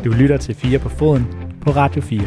Du lytter til 4 på foden på Radio 4.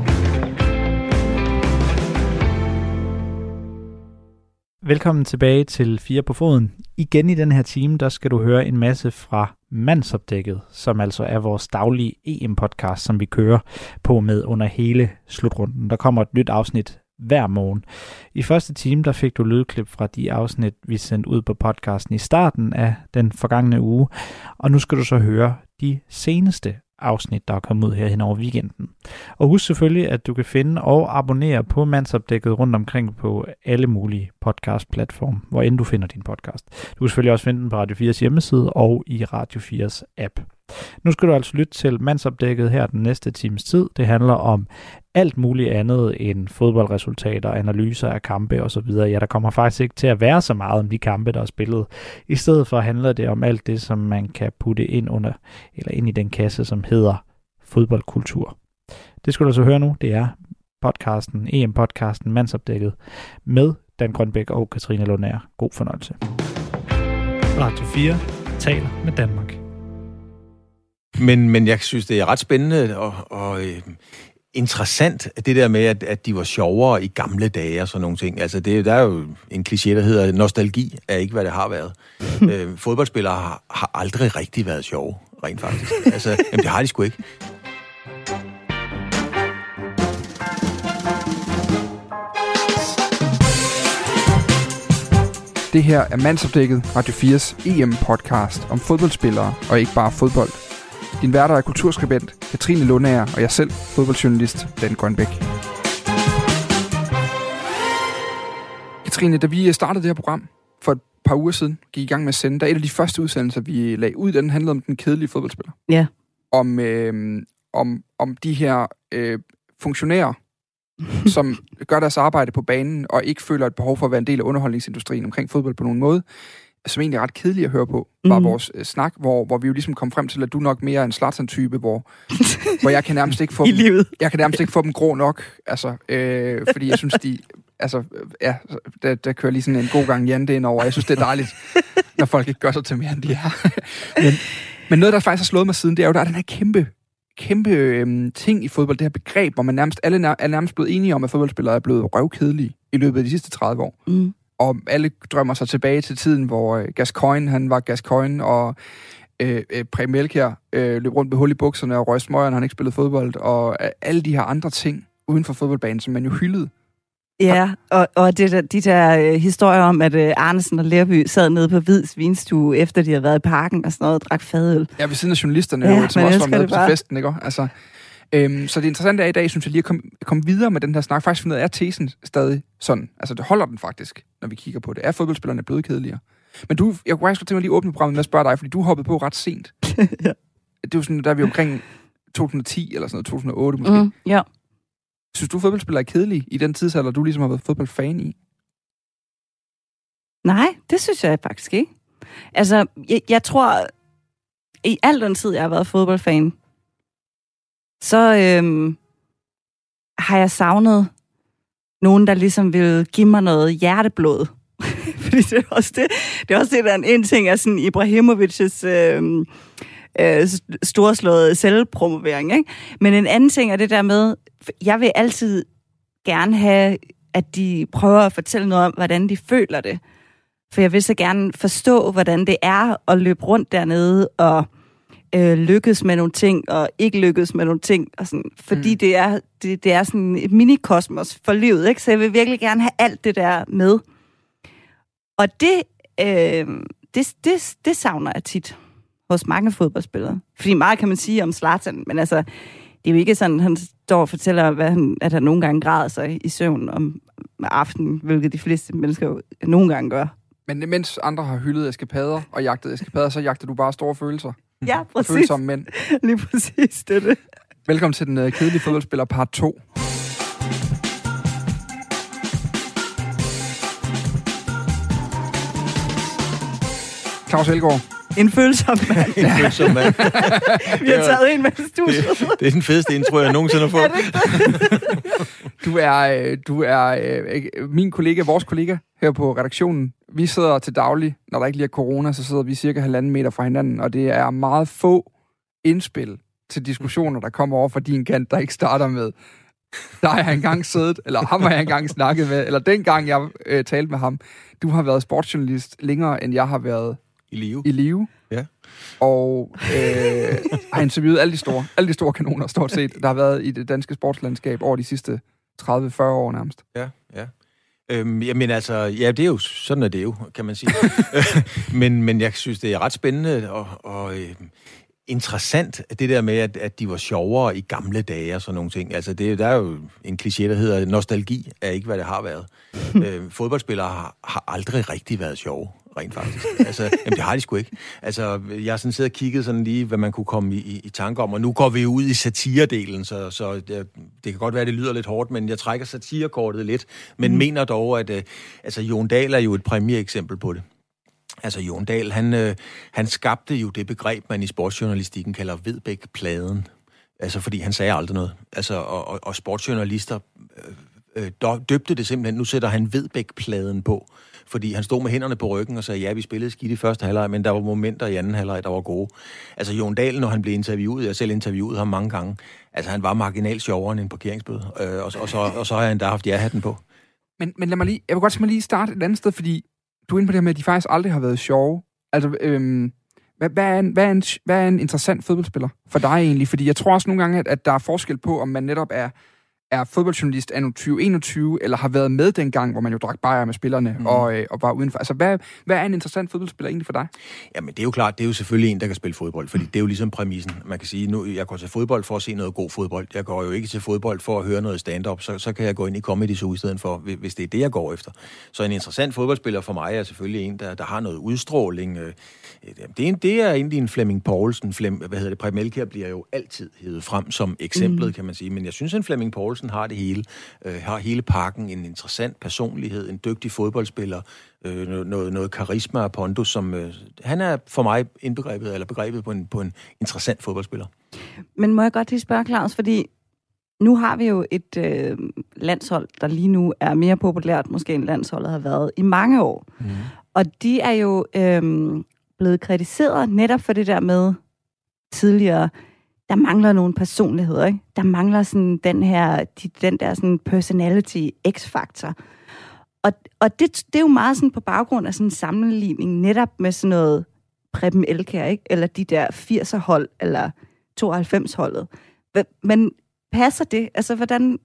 Velkommen tilbage til 4 på foden. Igen i den her time, der skal du høre en masse fra Mandsopdækket, som altså er vores daglige EM-podcast, som vi kører på med under hele slutrunden. Der kommer et nyt afsnit hver morgen. I første time, der fik du lydklip fra de afsnit, vi sendte ud på podcasten i starten af den forgangne uge. Og nu skal du så høre de seneste afsnit, der er kommet ud her hen over weekenden. Og husk selvfølgelig, at du kan finde og abonnere på Mandsopdækket rundt omkring på alle mulige podcast-platforme, hvor end du finder din podcast. Du kan selvfølgelig også finde den på Radio 4's hjemmeside og i Radio 4's app. Nu skal du altså lytte til Mandsopdækket her den næste times tid. Det handler om alt muligt andet end fodboldresultater, analyser af kampe osv. Ja, der kommer faktisk ikke til at være så meget om de kampe, der er spillet. I stedet for handler det om alt det, som man kan putte ind i den kasse, som hedder fodboldkultur. Det skal du så høre nu. Det er podcasten, EM-podcasten Mandsopdækket med Dan Grønbæk og Katrine Lundager. God fornøjelse. Radio 4 taler med Danmark. Men jeg synes, det er ret spændende og interessant, det der med, at de var sjovere i gamle dage og sådan nogle ting. Altså, der er jo en kliché, der hedder, nostalgi er ikke, hvad det har været. Fodboldspillere har aldrig rigtig været sjove, rent faktisk. Altså, jamen, det har de sgu ikke. Det her er Mandsopdækket, Radio 4's EM-podcast om fodboldspillere og ikke bare fodbold. Din værter er kulturskribent Katrine Lundager og jeg selv, fodboldjournalist Dan Grønbæk. Katrine, da vi startede det her program for et par uger siden, gik i gang med at sende, der er et af de første udsendelser, vi lagde ud, den handlede om den kedelige fodboldspiller. Ja. Om de her funktionærer, som gør deres arbejde på banen og ikke føler et behov for at være en del af underholdningsindustrien omkring fodbold på nogen måde, som egentlig er ret kedeligt at høre på, var vores snak, hvor vi jo ligesom kom frem til, at du nok mere er en Zlatan-type, hvor jeg kan nærmest ikke få jeg kan nærmest ikke få dem grå nok, altså, fordi jeg synes, der kører lige sådan en god gang Jante ind over, jeg synes, det er dejligt, når folk ikke gør sig til mere, end de er. men noget, der faktisk har slået mig siden, det er jo, der er den her kæmpe ting i fodbold, det her begreb, hvor man alle er nærmest blevet enige om, at fodboldspillere er blevet røvkedelige i løbet af de sidste 30 år. Mm. Og alle drømmer sig tilbage til tiden, hvor Gascoigne, han var Gascoigne, og Preben Elkjær løb rundt med hul i bukserne, og Røg Smøgeren, han ikke spillet fodbold, og alle de her andre ting uden for fodboldbanen, som man jo hyldede. Ja, og de der historier om, at Arnesen og Lerby sad nede på Hvids vinstue, efter de havde været i parken og sådan noget, og drak fadøl. Ja, ved siden af journalisterne, ja, som også var med til festen, ikke? Altså, så det interessante er i dag, synes jeg lige at komme videre med den her snak. Faktisk finde ud af, er tesen stadig sådan? Altså, det holder den faktisk, når vi kigger på det. Er fodboldspillerne blevet kedeligere? Men jeg kunne faktisk tænke mig lige at åbne programmet med at spørge dig, fordi du hoppede på ret sent. Ja. Det er jo sådan, der er vi omkring 2010 eller sådan noget, 2008 måske. Ja. Synes du, fodboldspillere er kedelige i den tidsalder, du ligesom har været fodboldfan i? Nej, det synes jeg faktisk ikke. Altså, jeg tror, i al den tid, jeg har været fodboldfan, så har jeg savnet nogen, der ligesom vil give mig noget hjerteblod. Fordi det er også det, der er en ting af sådan Ibrahimovic's storslåede selvpromovering, ikke? Men en anden ting er det der med, jeg vil altid gerne have, at de prøver at fortælle noget om, hvordan de føler det. For jeg vil så gerne forstå, hvordan det er at løbe rundt dernede og lykkes med nogle ting, og ikke lykkes med nogle ting. Og sådan, fordi det er sådan et minikosmos for livet, ikke? Så jeg vil virkelig gerne have alt det der med. Og det savner jeg tit hos mange fodboldspillere. Fordi meget kan man sige om Zlatan, men altså, det er jo ikke sådan, han står og fortæller, at han nogle gange græder sig i søvn om aftenen, hvilket de fleste mennesker jo nogle gange gør. Men mens andre har hyldet eskapader og jagtet eskapader, så jagter du bare store følelser. Ja, præcis. Følsomme mænd. Lige præcis, det er det. Velkommen til den kedelige fodboldspiller part 2. Claus Elgaard. En følsom mand. En følsom mand. Vi har taget en med i studiet. Det er den fedeste intro, jeg nogensinde har fået. Du er min kollega, vores kollega her på redaktionen. Vi sidder til daglig, når der ikke lige er corona, så sidder vi cirka 1,5 meter fra hinanden, og det er meget få indspil til diskussioner, der kommer over for din kant, der ikke starter med, der har jeg engang siddet, eller ham har jeg engang snakket med, eller dengang jeg talte med ham. Du har været sportsjournalist længere, end jeg har været i live. Ja. Og har interviewet alle de store kanoner, stort set, der har været i det danske sportslandskab over de sidste 30-40 år nærmest. Ja. Jamen altså, ja, det er jo, sådan er det jo, kan man sige. men jeg synes, det er ret spændende og interessant, det der med, at de var sjovere i gamle dage og sådan nogle ting. Altså, der er jo en kliché, der hedder, nostalgi er ikke, hvad det har været. Fodboldspillere har aldrig rigtig været sjove, rent faktisk. Altså, jamen, det har de sgu ikke. Altså, jeg har sådan siddet og kigget sådan lige, hvad man kunne komme i tanke om, og nu går vi jo ud i satiredelen, så det kan godt være, det lyder lidt hårdt, men jeg trækker satirekortet lidt, men mener dog, at Jon Dahl er jo et præmieeksempel på det. Altså, Jon Dahl, han skabte jo det begreb, man i sportsjournalistikken kalder Vedbæk-pladen. Altså, fordi han sagde aldrig noget. Altså, og sportsjournalister døbte det simpelthen. Nu sætter han Vedbæk-pladen på, fordi han stod med hænderne på ryggen og sagde, ja, vi spillede skidt i første halvleg, men der var momenter i anden halvleg, der var gode. Altså, Jon Dahl, når han blev interviewet, jeg selv interviewet ham mange gange, altså, han var marginalt sjovere end en parkeringsbøde. Og så har han da haft ja-hatten på. Men lad mig lige, jeg vil godt lige starte et andet sted, fordi du er inde på det her med, at de faktisk aldrig har været sjove. Altså, hvad er en interessant fodboldspiller for dig egentlig? Fordi jeg tror også nogle gange, at der er forskel på, om man netop er fodboldjournalist anno 2021, eller har været med dengang, hvor man jo drak bajer med spillerne og var udenfor. Altså, hvad er en interessant fodboldspiller egentlig for dig? Jamen, det er jo klart, det er jo selvfølgelig en, der kan spille fodbold, fordi det er jo ligesom præmissen. Man kan sige, nu jeg går til fodbold for at se noget god fodbold. Jeg går jo ikke til fodbold for at høre noget stand-up, så kan jeg gå ind i Comedy Zoo i stedet for, hvis det er det, jeg går efter. Så en interessant fodboldspiller for mig er selvfølgelig en, der har noget udstråling. Det er egentlig en Flemming Poulsen. Preben Elkjær bliver jo altid hævet frem som eksemplet, kan man sige. Men jeg synes, en Flemming Poulsen har det hele. Har hele pakken. En interessant personlighed, en dygtig fodboldspiller, noget karisma og pondus, som han er for mig begrebet på en interessant fodboldspiller. Men må jeg godt lige spørge, Claus, fordi nu har vi jo et landshold, der lige nu er mere populært, måske end landsholdet har været i mange år. Mm. Og de er jo blevet kritiseret netop for det der med tidligere, der mangler nogle personligheder, ikke? Der mangler sådan den der sådan personality X-faktor. Og det er jo meget sådan på baggrund af sådan en sammenligning netop med sådan noget Preben Elkjær, ikke? Eller de der 80'er-hold, eller 92-holdet. Men passer det? Altså,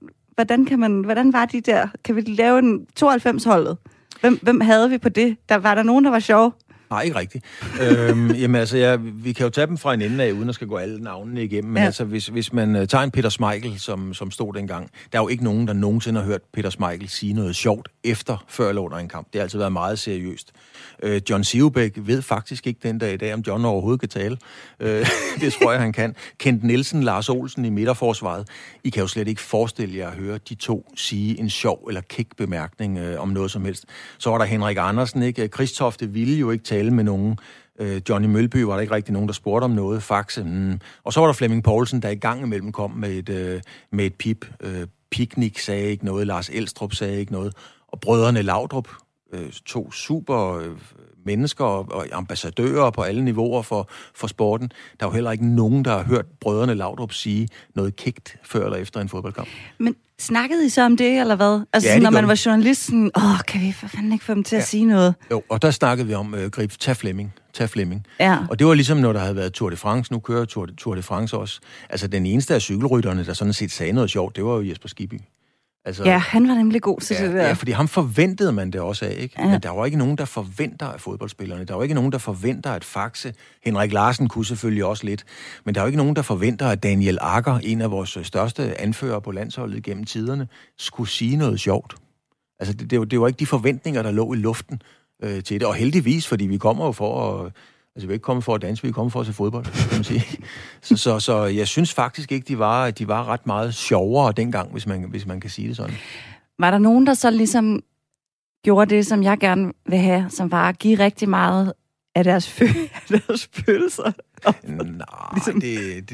hvordan var de der? Kan vi lave en 92-holdet? Hvem havde vi på det? Var der nogen, der var sjove? Nej, ikke rigtigt. Jamen altså, vi kan jo tage dem fra en ende af, uden at skal gå alle navnene igennem. Men altså, hvis man tager en Peter Schmeichel, som stod dengang, der er jo ikke nogen, der nogensinde har hørt Peter Schmeichel sige noget sjovt før eller under en kamp. Det har altid været meget seriøst. John Sivebæk ved faktisk ikke den dag i dag, om John overhovedet kan tale. Det tror jeg, han kan. Kent Nielsen, Lars Olsen i midterforsvaret. I kan jo slet ikke forestille jer at høre de to sige en sjov eller kæk bemærkning om noget som helst. Så var der Henrik Andersen, ikke? Christofte ville jo ikke tale med nogen. Johnny Mølby var der ikke rigtig nogen, der spurgte om noget. Faxe. Og så var der Flemming Poulsen, der i gang imellem kom med et pip. Picnic sagde ikke noget. Lars Elstrup sagde ikke noget. Og brødrene Laudrup, to super mennesker og ambassadører på alle niveauer for sporten. Der er jo heller ikke nogen, der har hørt brødrene Laudrup sige noget kægt før eller efter en fodboldkamp. Men snakkede I så om det, eller hvad? Altså, ja, når man var journalist, sådan, kan vi for fanden ikke få dem til at sige noget? Jo, og der snakkede vi om tag Flemming. Ja. Og det var ligesom, når der havde været Tour de France. Nu kører Tour de France også. Altså, den eneste af cykelrytterne, der sådan set sagde noget sjovt, det var jo Jesper Skibby. Altså, ja, han var nemlig god til det der. Ja, fordi ham forventede man det også af, ikke? Ja. Men der var ikke nogen, der forventer af fodboldspillerne. Der var ikke nogen, der forventer at Faxe. Henrik Larsen kunne selvfølgelig også lidt. Men der var ikke nogen, der forventer at Daniel Agger, en af vores største anfører på landsholdet gennem tiderne, skulle sige noget sjovt. Altså, det var ikke de forventninger, der lå i luften til det. Og heldigvis, fordi vi kommer jo for at... Altså, vi er ikke kommet for at danse, vi er kommet for at se fodbold, kan man sige. Så jeg synes faktisk ikke, de var ret meget sjovere dengang, hvis man kan sige det sådan. Var der nogen, der så ligesom gjorde det, som jeg gerne vil have, som var at give rigtig meget af deres følelser? Nej, ligesom.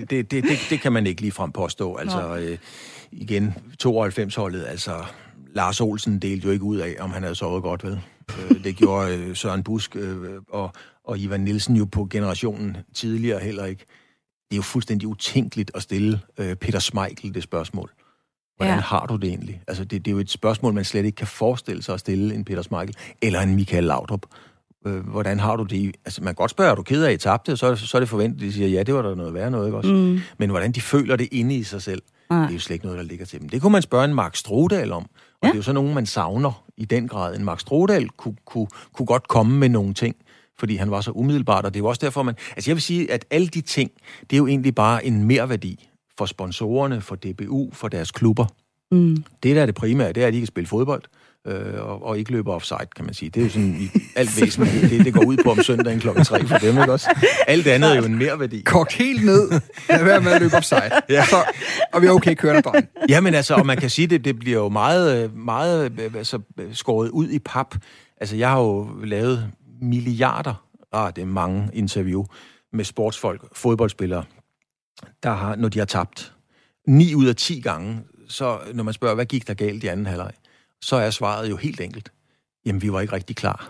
Det kan man ikke ligefrem påstå. Altså, igen, 92-holdet, altså... Lars Olsen delte jo ikke ud af, om han havde sovet godt, vel? Det gjorde Søren Busk og Ivan Nielsen jo på generationen tidligere heller ikke. det er jo fuldstændig utænkeligt at stille Peter Schmeichel det spørgsmål. Hvordan har du det egentlig? Altså, det er jo et spørgsmål, man slet ikke kan forestille sig at stille en Peter Schmeichel eller en Michael Laudrup. Hvordan har du det? Altså, man kan godt spørge, er du ked af, at I tabte? Så er det forventet, de siger, ja, det var der noget værre noget, ikke også? Men hvordan de føler det inde i sig selv, det er jo slet ikke noget, der ligger til dem. Det kunne man spørge en Mark Strudal om. Og det er jo så nogen, man savner i den grad. En Mark Strudal kunne godt komme med nogle ting, fordi han var så umiddelbart, og det er jo også derfor, jeg vil sige, at alle de ting, det er jo egentlig bare en merværdi for sponsorerne, for DBU, for deres klubber. Det, der er det primære, det er, at de kan spille fodbold, og ikke løber offside, kan man sige. Det er jo sådan i alt væsentligt, det går ud på om søndagen 3:00 for dem, ikke også? Alt andet er jo en merværdi. Kogt helt ned. Vær med at løbe offside. Ja. Så, og vi er okay kørende, dreng. Jamen altså, og man kan sige, det bliver jo meget altså, skåret ud i pap. Altså, jeg har jo lavet milliarder, det er mange interview, med sportsfolk, fodboldspillere, når de har tabt. 9 ud af 10 gange, så når man spørger, hvad gik der galt i anden halvleg, så er svaret jo helt enkelt. Jamen, vi var ikke rigtig klar.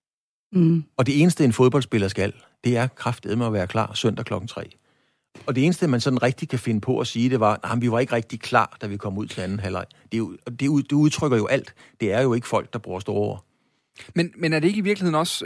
Og det eneste, en fodboldspiller skal, det er kraftedeme at være klar søndag 3:00. Og det eneste, man sådan rigtig kan finde på at sige, det var, at vi var ikke rigtig klar, da vi kom ud til anden halvleg. Det udtrykker jo alt. Det er jo ikke folk, der bruger store ord. Men er det ikke i virkeligheden også...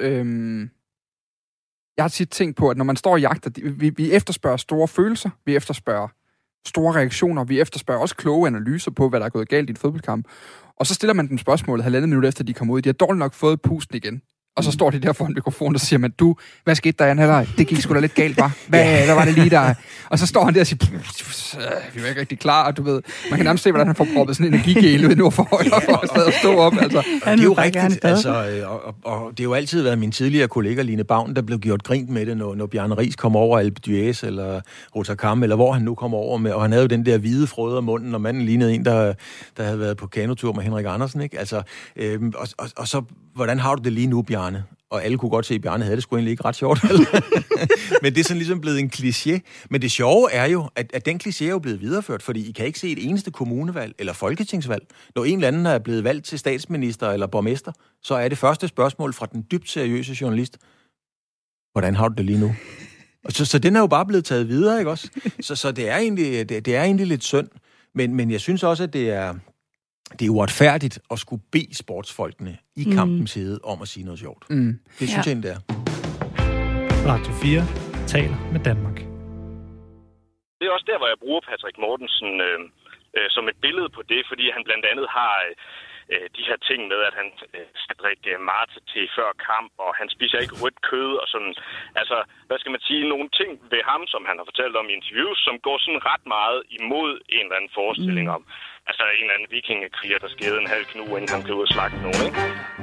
Jeg har tit tænkt på, at når man står og jagter, vi efterspørger store følelser, vi efterspørger store reaktioner, vi efterspørger også kloge analyser på, hvad der er gået galt i et fodboldkamp. Og så stiller man dem spørgsmålet 1,5 minut efter, de kommer ud. De har dårligt nok fået pusten igen. Og så står de der foran mikrofonen og siger man, hvad skete der i anden halvleg? Det gik sgu da lidt galt, var. Hvad var det lige der? Og så står han der og siger, vi var ikke rigtig klar, og du ved, man kan nærmest se, hvordan han får proppet sådan en energigel ud nord for højre for at stadig stå op. Altså. Det er jo rigtigt, altså, og det har jo altid været min tidligere kollega Line Bavn, der blev gjort grint med det, når Bjarne Riis kom over Alpe d'Huez eller Rotterdam, eller hvor han nu kom over med, og han havde jo den der hvide frøde af munden, og manden lignede en, der havde været på kanotur med Henrik Andersen, ikke? Altså, og så, hvordan har du det lige nu, Bjarne? Og alle kunne godt se, at Bjarne havde det sgu egentlig ikke ret sjovt. Men det er sådan ligesom blevet en kliché. Men det sjove er jo, at den kliché er jo blevet videreført, fordi I kan ikke se et eneste kommunevalg eller folketingsvalg. Når en eller anden er blevet valgt til statsminister eller borgmester, så er det første spørgsmål fra den dybt seriøse journalist: hvordan har du det lige nu? Og så den er jo bare blevet taget videre, ikke også? Så det er egentlig lidt synd. Men jeg synes også, at det er uretfærdigt at skulle bede sportsfolkene i kampens hede om at sige noget sjovt. Det synes jeg egentlig er. Radio 4 taler med Danmark. Det er også der, hvor jeg bruger Patrick Mortensen som et billede på det, fordi han blandt andet har de her ting med, at han skal drikke mate til før kamp, og han spiser ikke rødt kød og sådan. Altså, hvad skal man sige, nogle ting ved ham, som han har fortalt om i interviews, som går sådan ret meget imod en eller anden forestilling om. Altså en eller anden vikingekriger, der skede en halv knu, inden han blev ud og slagte nogen, ikke?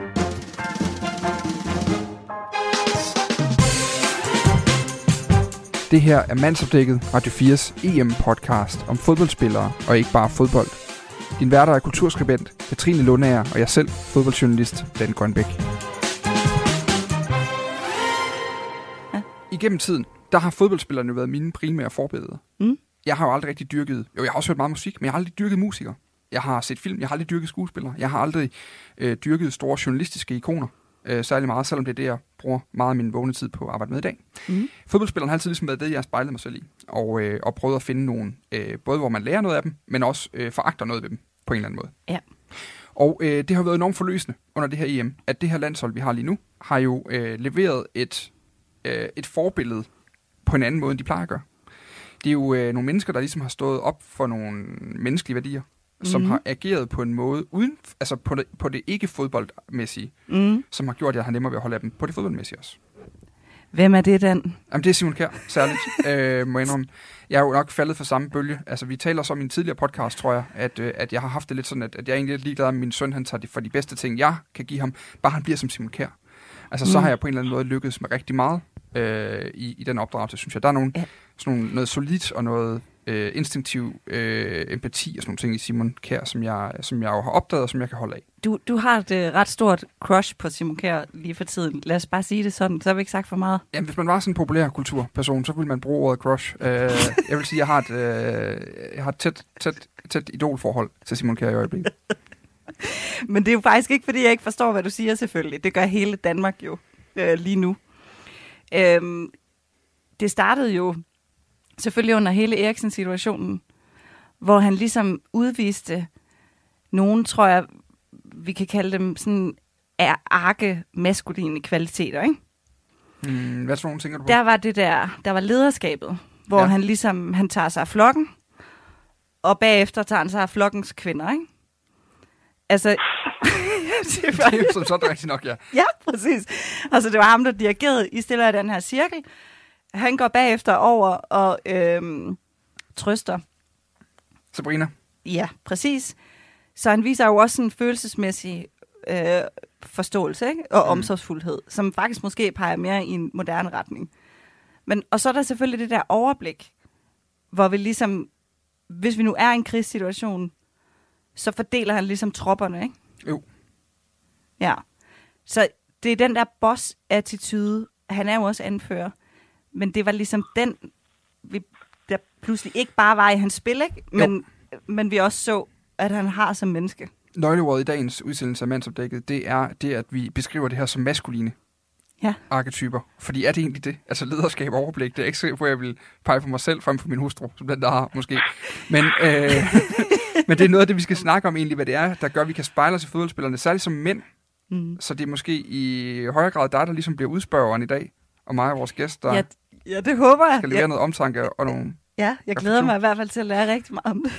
Det her er Mandsopdækket, Radio 4's EM-podcast om fodboldspillere og ikke bare fodbold. Din værter er kulturskribent Katrine Lundager og jeg selv, fodboldjournalist Dan Grønbæk. Igennem tiden, der har fodboldspillerne været mine primære forbilleder. Jeg har jo aldrig rigtig dyrket... jeg har også hørt meget musik, men jeg har aldrig dyrket musikere. Jeg har set film, jeg har aldrig dyrket skuespillere. Jeg har aldrig dyrket store journalistiske ikoner særlig meget, selvom det er det, jeg bruger meget af min vågne tid på at arbejde med i dag. Fodboldspilleren har altid ligesom været det, jeg har spejlet mig selv i. Og prøvet at finde nogen, både hvor man lærer noget af dem, men også foragter noget ved dem på en eller anden måde. Ja. Og det har været enormt forløsende under det her EM, at det her landshold, vi har lige nu, har jo leveret et forbillede på en anden måde, end de plejer at gøre. Det er jo nogle mennesker, der ligesom har stået op for nogle menneskelige værdier, som har ageret på en måde uden, altså på det ikke fodboldmæssige, som har gjort, at jeg har nemmere ved at holde af dem på det fodboldmæssige også. Hvem er det, Dan? Jamen, det er Simon Kjær, særligt, må jeg indrømme. Jeg er jo nok faldet for samme bølge. Altså, vi taler også om i en tidligere podcast, tror jeg, at jeg har haft det lidt sådan, at jeg er egentlig lidt ligeglad med min søn, han tager det for de bedste ting, jeg kan give ham, bare han bliver som Simon Kjær. Altså, så har jeg på en eller anden måde lykkedes med rigtig meget i den opdragelse, synes jeg. Der er noget solidt og noget instinktiv empati og sådan nogle ting i Simon Kjær, som jeg jo har opdaget, og som jeg kan holde af. Du har et ret stort crush på Simon Kjær lige for tiden. Lad os bare sige det sådan, så har vi ikke sagt for meget. Jamen, hvis man var sådan en populær kulturperson, så ville man bruge ordet crush. Jeg vil sige, jeg har et tæt idolforhold til Simon Kjær i øjeblikket. Men det er jo faktisk ikke, fordi jeg ikke forstår, hvad du siger selvfølgelig. Det gør hele Danmark jo lige nu. Det startede jo selvfølgelig under hele Eriksen-situationen, hvor han ligesom udviste nogen, tror jeg, vi kan kalde dem sådan arke-maskuline kvaliteter, ikke? Hvad for nogle tænker du på? Der var lederskabet, hvor han tager sig af flokken, og bagefter tager han sig af flokkens kvinder, ikke? Altså, det er jo som sådan rigtig nok, ja. Ja, præcis. Altså, det var ham, der dirigerede i stille af den her cirkel. Han går bagefter over og trøster. Sabrina? Ja, præcis. Så han viser jo også en følelsesmæssig forståelse, ikke? Og omsorgsfuldhed, som faktisk måske peger mere i en moderne retning. Og så er der selvfølgelig det der overblik, hvor vi ligesom, hvis vi nu er i en krigssituation, så fordeler han ligesom tropperne, ikke? Jo. Ja. Så det er den der boss-attitude. Han er jo også anfører. Men det var ligesom den, der pludselig ikke bare var i hans spil, ikke? Men vi også så, at han har som menneske. Nøgleordet i dagens udsendelse af Mandsopdækket, det er det, at vi beskriver det her som maskuline arketyper. Fordi er det egentlig det? Altså lederskab og overblik, det er ikke sikkert på, at jeg vil pege på mig selv frem for min hustru, som den der har måske. Men, men det er noget af det, vi skal snakke om egentlig, hvad det er, der gør, at vi kan spejle os i fodboldspillerne, særligt som mænd. Så det er måske i højere grad der ligesom bliver udspørgeren i dag, og mig og vores gæst, der ja, det håber jeg. Skal levere noget omtanke og nogle... Ja, jeg glæder mig i hvert fald til at lære rigtig meget om det.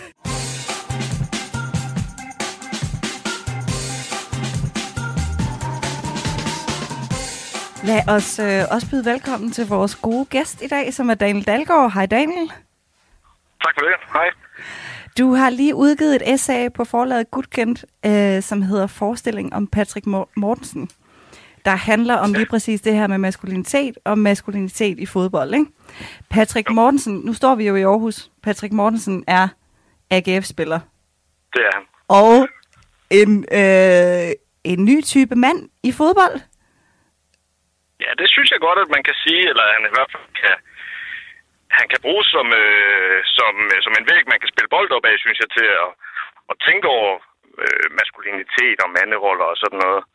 Lad os også byde velkommen til vores gode gæst i dag, som er Daniel Dalgaard. Hej Daniel. Tak for det. Hej. Du har lige udgivet et essay på forlaget Gudkendt, som hedder Forestilling om Patrick Mortensen, der handler om lige præcis det her med maskulinitet og maskulinitet i fodbold, ikke? Patrick Mortensen, nu står vi jo i Aarhus. Patrick Mortensen er AGF-spiller. Det er han. Og en ny type mand i fodbold. Ja, det synes jeg godt, at man kan sige, eller han i hvert fald han kan bruges som en væg, man kan spille bold op af, synes jeg, til at tænke over maskulinitet og manderoller og sådan noget.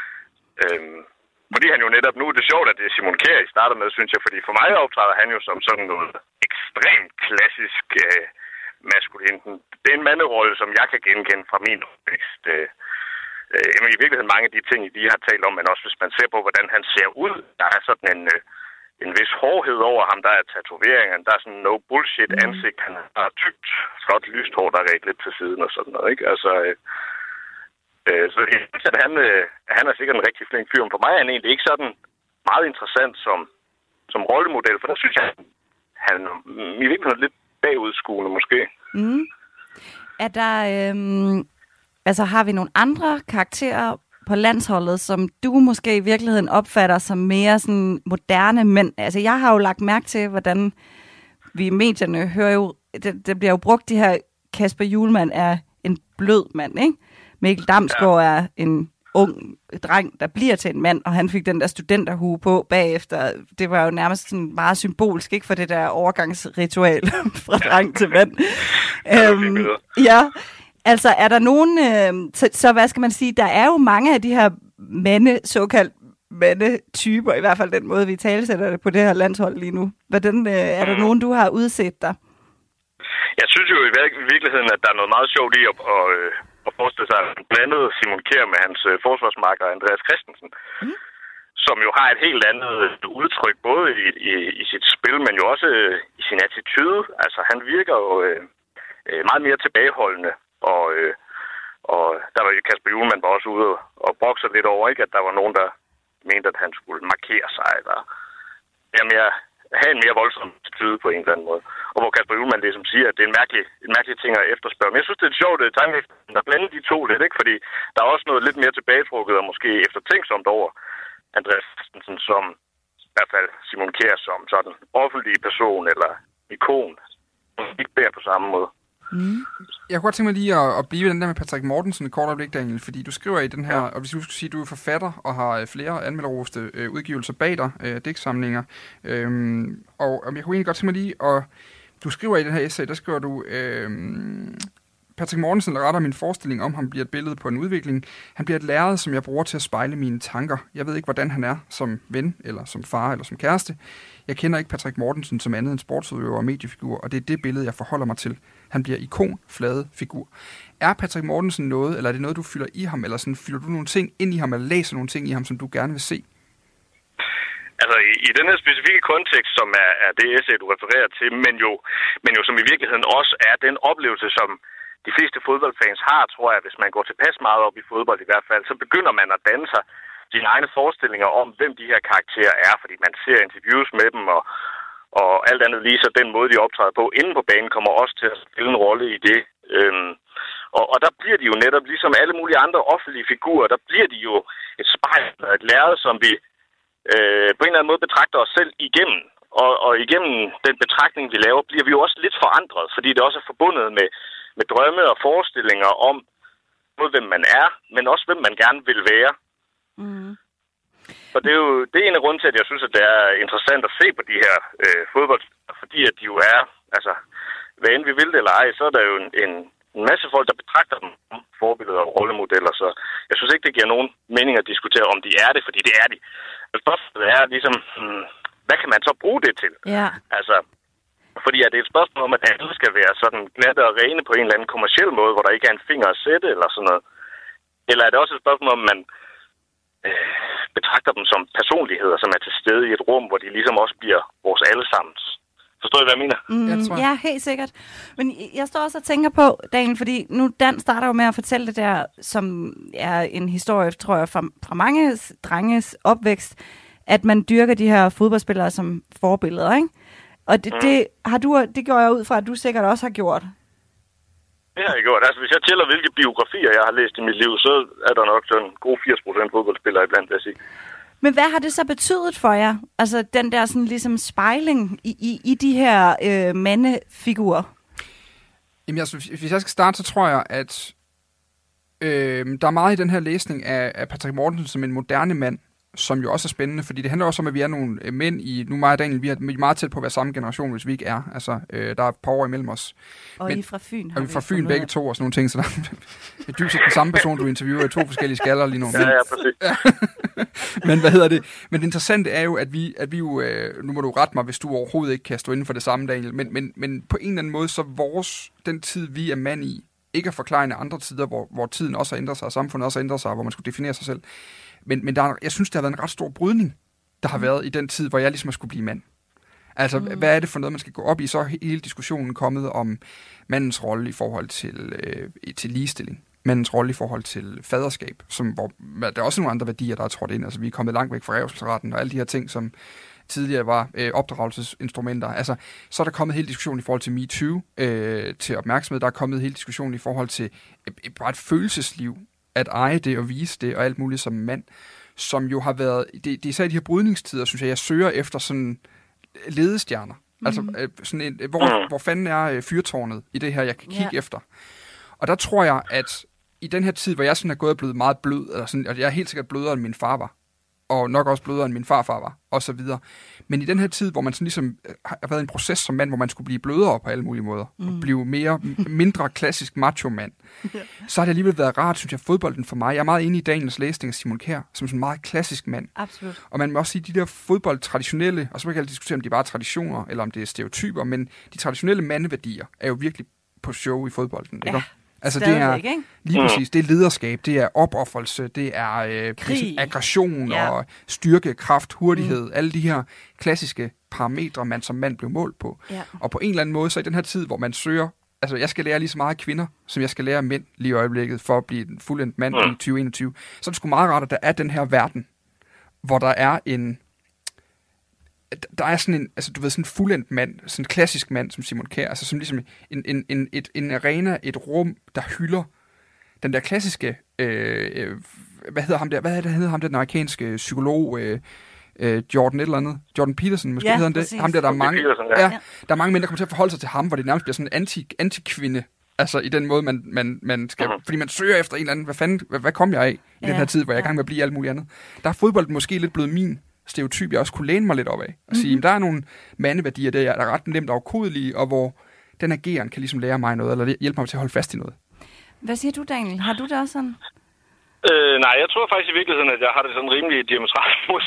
Fordi han jo netop nu, det er sjovt, at det er Simon Kjær, I starter med, synes jeg, fordi for mig optræder han jo som sådan noget ekstremt klassisk maskulin. Det er en manderolle, som jeg kan genkende fra min opvækst. I virkeligheden mange af de ting, de har talt om, men også hvis man ser på, hvordan han ser ud, der er sådan en vis hårdhed over ham, der er tatoveringen, der er sådan no bullshit ansigt, han har tykt, flot lyst hår, der er ret lidt til siden og sådan noget, ikke? Altså, så jeg synes, at han er sikkert en rigtig flink fyr, men for mig er han egentlig ikke sådan meget interessant som rollemodel, for der synes jeg, han i virkeligheden lidt bagudskuende måske. Er der, har vi nogle andre karakterer på landsholdet, som du måske i virkeligheden opfatter som mere sådan moderne mænd? Altså, jeg har jo lagt mærke til, hvordan vi i medierne hører jo, der bliver jo brugt de her, Kasper Hjulmand er en blød mand, ikke? Mikkel Damsgaard er en ung dreng, der bliver til en mand, og han fik den der studenterhue på bagefter. Det var jo nærmest sådan meget symbolsk, ikke, for det der overgangsritual fra dreng til mand. Ja, altså er der nogen, så hvad skal man sige, der er jo mange af de her såkaldt mandetyper, i hvert fald den måde, vi talesætter det på det her landshold lige nu. Hvordan er der nogen, du har udset dig? Jeg synes jo i virkeligheden, at der er noget meget sjovt i at forestille sig blandet Simon Kjær med hans forsvarsmarker Andreas Christensen, som jo har et helt andet udtryk, både i sit spil, men jo også i sin attitude. Altså, han virker jo meget mere tilbageholdende, og der var jo Kasper Hjulmand var også ude og brokse lidt over, ikke, at der var nogen, der mente, at han skulle markere sig, eller have en mere voldsom attitude på en eller anden måde. Og hvor Kasper Hjulmand det, som siger, at det er en mærkelig ting at efterspørge. Men jeg synes, det er et sjovt tanke, at blande de to lidt, ikke? Fordi der er også noget lidt mere tilbagetrukket, og måske eftertænksomt over Andreas Christensen som, i hvert fald Simon Kjær som sådan offentlig person eller ikon. Ikke bærer på samme måde. Jeg kunne godt tænke mig lige at blive den der med Patrick Mortensen et kort øjeblik, Daniel, fordi du skriver i den her, og hvis du skulle sige, at du er forfatter og har flere anmelderroste udgivelser bag dig, digtsamlinger, og jeg kunne egentlig godt tænke mig lige, og du skriver i den her essay, der skriver du, Patrick Mortensen, eller rettere min forestilling om ham, bliver et billede på en udvikling. Han bliver et lærred, som jeg bruger til at spejle mine tanker. Jeg ved ikke, hvordan han er som ven, eller som far, eller som kæreste. Jeg kender ikke Patrick Mortensen som andet end sportsudøver og mediefigur, og det er det billede, jeg forholder mig til. Han bliver ikon, flade figur. Er Patrick Mortensen noget, eller er det noget, du fylder i ham, eller sådan, fylder du nogle ting ind i ham, eller læser nogle ting i ham, som du gerne vil se? Altså i den her specifikke kontekst, som er det essay, du refererer til, men jo som i virkeligheden også er den oplevelse, som de fleste fodboldfans har, tror jeg, hvis man går tilpas meget op i fodbold i hvert fald, så begynder man at danne sig sine egne forestillinger om, hvem de her karakterer er, fordi man ser interviews med dem, og alt andet lige, så den måde, de optræder på inden på banen, kommer også til at spille en rolle i det. Og der bliver de jo netop, ligesom alle mulige andre offentlige figurer, der bliver de jo et spejl og et lærred, som vi på en eller anden måde betragter os selv igennem. Og igennem den betragtning, vi laver, bliver vi jo også lidt forandret, fordi det også er forbundet med drømme og forestillinger om, både hvem man er, men også hvem man gerne vil være. Mm. Og det er en af grunden til, at jeg synes, at det er interessant at se på de her fodboldspillere, fordi at de jo er, altså, hvad end vi vil det eller ej, så er der jo en masse folk, der betragter dem som forbilleder og rollemodeller, så jeg synes ikke, det giver nogen mening at diskutere, om de er det, fordi det er de. Spørgsmålet er ligesom, hvad kan man så bruge det til? Ja. Altså, fordi er det et spørgsmål om, at alle skal være sådan glatte og rene på en eller anden kommerciel måde, hvor der ikke er en finger at sætte eller sådan noget? Eller er det også et spørgsmål om, man betragter dem som personligheder, som er til stede i et rum, hvor de ligesom også bliver vores allesammens? Forstår I, hvad jeg mener? Ja, helt sikkert. Men jeg står også og tænker på, Daniel, fordi nu Dan starter jo med at fortælle det der, som er en historie, tror jeg, fra mange drenges opvækst, at man dyrker de her fodboldspillere som forbilleder, ikke? Og det går jeg ud fra, at du sikkert også har gjort. Det har jeg gjort. Altså, hvis jeg tæller, hvilke biografier jeg har læst i mit liv, så er der nok sådan gode 80% fodboldspillere iblandt, vil jeg sige. Men hvad har det så betydet for jer? Altså, den der sådan ligesom spejling i de her mandefigurer? Jamen, hvis jeg skal starte, så tror jeg, at der er meget i den her læsning af Patrick Mortensen som en moderne mand, som jo også er spændende, fordi det handler også om, at vi er nogle mænd i, nu mig og Daniel, vi er meget tæt på at være samme generation, hvis vi ikke er. Altså, der er et par år imellem os. Og I fra Fyn. Og vi fra Fyn begge to og sådan nogle ting, så der er dybt set den samme person, du interviewer i to forskellige skaller lige nu. Ja, præcis. Men hvad hedder det? Men det interessante er jo, at vi jo, nu må du rette mig, hvis du overhovedet ikke kan stå inden for det samme, Daniel, men på en eller anden måde, så den tid, vi er mand i, ikke at forklare andre tider, hvor tiden også har ændret sig, og samfundet også har ændret sig, hvor man skulle definere sig selv. Men jeg synes, det har været en ret stor brydning, der har været i den tid, hvor jeg ligesom skulle blive mand. Altså, hvad er det for noget, man skal gå op i? Så er hele diskussionen kommet om mandens rolle i forhold til ligestilling. Mandens rolle i forhold til faderskab, hvor der er også nogle andre værdier, der er trådt ind. Altså, vi er kommet langt væk fra revselsretten og alle de her ting, som tidligere var opdragelsesinstrumenter. Altså, så er der kommet hele diskussionen i forhold til MeToo, til opmærksomhed. Der er kommet hele diskussionen i forhold til bare et følelsesliv, at eje det og vise det og alt muligt som mand, som jo har været, det er især i de her brydningstider, synes jeg søger efter sådan ledestjerner. Altså sådan hvor fanden er fyrtårnet i det her, jeg kan kigge efter. Og der tror jeg, at i den her tid, hvor jeg sådan er gået og blevet meget blød, eller sådan, og jeg er helt sikkert blødere end min far var, og nok også blødere end min farfar var, og så videre. Men i den her tid, hvor man sådan ligesom har været i en proces som mand, hvor man skulle blive blødere på alle mulige måder, og blive mindre klassisk macho-mand, så har det alligevel været rart, synes jeg, fodbolden for mig. Jeg er meget enig i Daniels læsning af Simon Kjær, som sådan en meget klassisk mand. Absolut. Og man må også sige, de der fodboldtraditionelle, og så kan jeg diskutere, om de bare er traditioner, eller om det er stereotyper, men de traditionelle mandeværdier er jo virkelig på show i fodbolden, ikke? Altså det er lige præcis, det er lederskab, det er opoffrelse, det er aggression og styrke, kraft, hurtighed, alle de her klassiske parametre, man som mand blev målt på. Ja. Og på en eller anden måde, så i den her tid, hvor man søger, altså jeg skal lære lige så meget kvinder, som jeg skal lære mænd lige i øjeblikket, for at blive en fuldendt mand i 2021, så er det sgu meget rart, at der er den her verden, hvor der er sådan en, altså du ved, sådan en fuldendt mand, sådan en klassisk mand som Simon Kjær, altså som ligesom en arena, et rum, der hylder den der klassiske, hvad hedder ham der den amerikanske psykolog, Jordan et eller andet, Jordan Peterson, måske hedder han det, ham der er mange, der er mange mænd, der kommer til at forholde sig til ham, hvor det nærmest bliver sådan en anti-kvinde, altså i den måde, man skal, fordi man søger efter en eller anden, hvad kom jeg af i den her tid, hvor jeg er i gang med at blive alt muligt andet. Der er fodbold måske lidt blevet min stereotyp, jeg også kunne læne mig lidt op af. Og sige, der er nogle mandeværdier, der er ret nemt afkodelige, og hvor den ageren kan ligesom lære mig noget, eller hjælpe mig til at holde fast i noget. Hvad siger du, Daniel? Har du det også sådan? Nej, jeg tror faktisk i virkeligheden, at jeg har det sådan rimelig diametralt mod.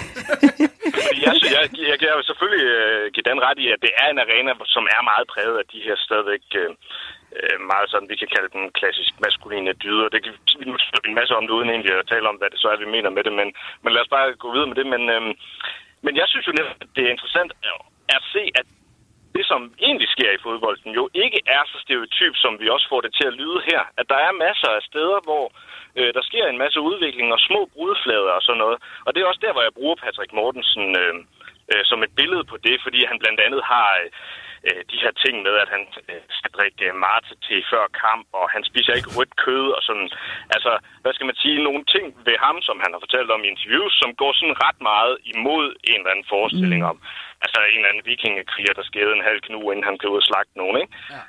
Jeg kan jo selvfølgelig give den ret i, at det er en arena, som er meget præget af de her stadigvæk meget sådan, vi kan kalde dem klassisk maskuline dyder. Det kan vi nu snakke en masse om det, uden egentlig at tale om, hvad det så er, vi mener med det. Men lad os bare gå videre med det. Men jeg synes jo, at det er interessant at se, at det, som egentlig sker i fodbolden, jo ikke er så stereotyp, som vi også får det til at lyde her. At der er masser af steder, hvor der sker en masse udvikling og små brudflader og sådan noget. Og det er også der, hvor jeg bruger Patrick Mortensen som et billede på det, fordi han blandt andet har de her ting med, at han skal drikke mate til før kamp, og han spiser ikke rødt kød og sådan. Altså, hvad skal man sige, nogle ting ved ham, som han har fortalt om i interviews, som går sådan ret meget imod en eller anden forestilling om, altså en eller anden vikingekriger, der skædede en halv knu, inden han kan ud og slagte nogen, ikke? Ja.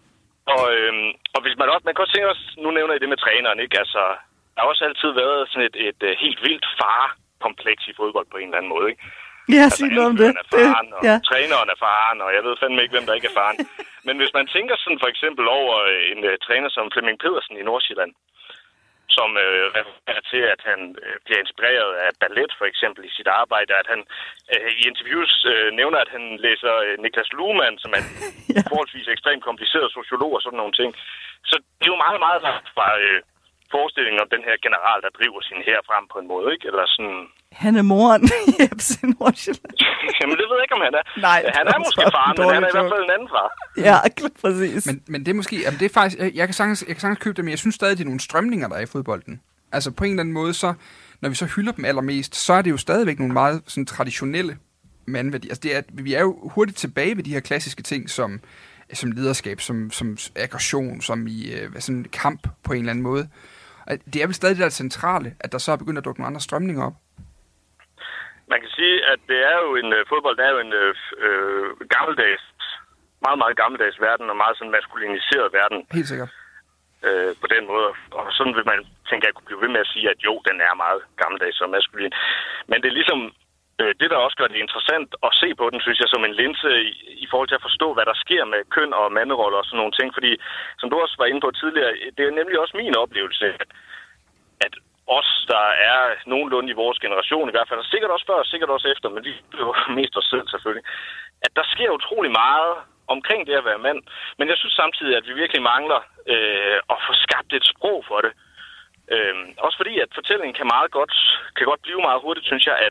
Og hvis man også, man kan også tænke os, nu nævner I det med træneren, ikke? Altså, der har også altid været sådan et helt vildt farkompleks i fodbold på en eller anden måde, ikke? Ja, sig noget om det. Er faren, og træneren er faren, og jeg ved fandme ikke, hvem der ikke er faren. Men hvis man tænker sådan for eksempel over en træner som Flemming Pedersen i Nordsjælland, som refererer til, at han bliver inspireret af ballet for eksempel i sit arbejde, at han i interviews nævner, at han læser Niklas Luhmann, som er en forholdsvis ekstremt kompliceret sociolog og sådan nogle ting. Så det er jo meget, meget langt fra forestillingen om den her general, der driver sin hær frem på en måde, ikke? Eller sådan... Han er moren i FC Nordsjælland. Jamen, det ved jeg ikke, om han er. Nej, han er måske faren, men han er i hvert fald en anden far. Ja, præcis. Men det er måske... Jamen, det er faktisk... Jeg kan sagtens købe det, men jeg synes stadig, det er nogle strømninger, der er i fodbolden. Altså, på en eller anden måde, så... Når vi så hylder dem allermest, så er det jo stadigvæk nogle meget sådan, traditionelle mandværdier. Altså, vi er jo hurtigt tilbage ved de her klassiske ting, som lederskab, som aggression, som i sådan kamp på en eller anden måde. Det er vel stadig det der centrale, at der så er begyndt at dukke nogle andre strømninger op? Man kan sige, at det er jo fodbold er jo en gammeldags, meget, meget gammeldags verden, og meget sådan maskuliniseret verden. Helt sikkert. På den måde. Og sådan vil man, tænker jeg, kunne blive ved med at sige, at jo, den er meget gammeldags og maskulin. Men det er ligesom det, der også gør det interessant at se på den, synes jeg, som en linse i forhold til at forstå, hvad der sker med køn og manderoller og sådan nogle ting. Fordi, som du også var inde på tidligere, det er nemlig også min oplevelse, at os, der er nogenlunde i vores generation, i hvert fald, og sikkert også før, og sikkert også efter, men vi er jo mest os selv selvfølgelig, at der sker utrolig meget omkring det at være mand. Men jeg synes samtidig, at vi virkelig mangler at få skabt et sprog for det. Også fordi, at fortællingen kan godt blive meget hurtigt, synes jeg,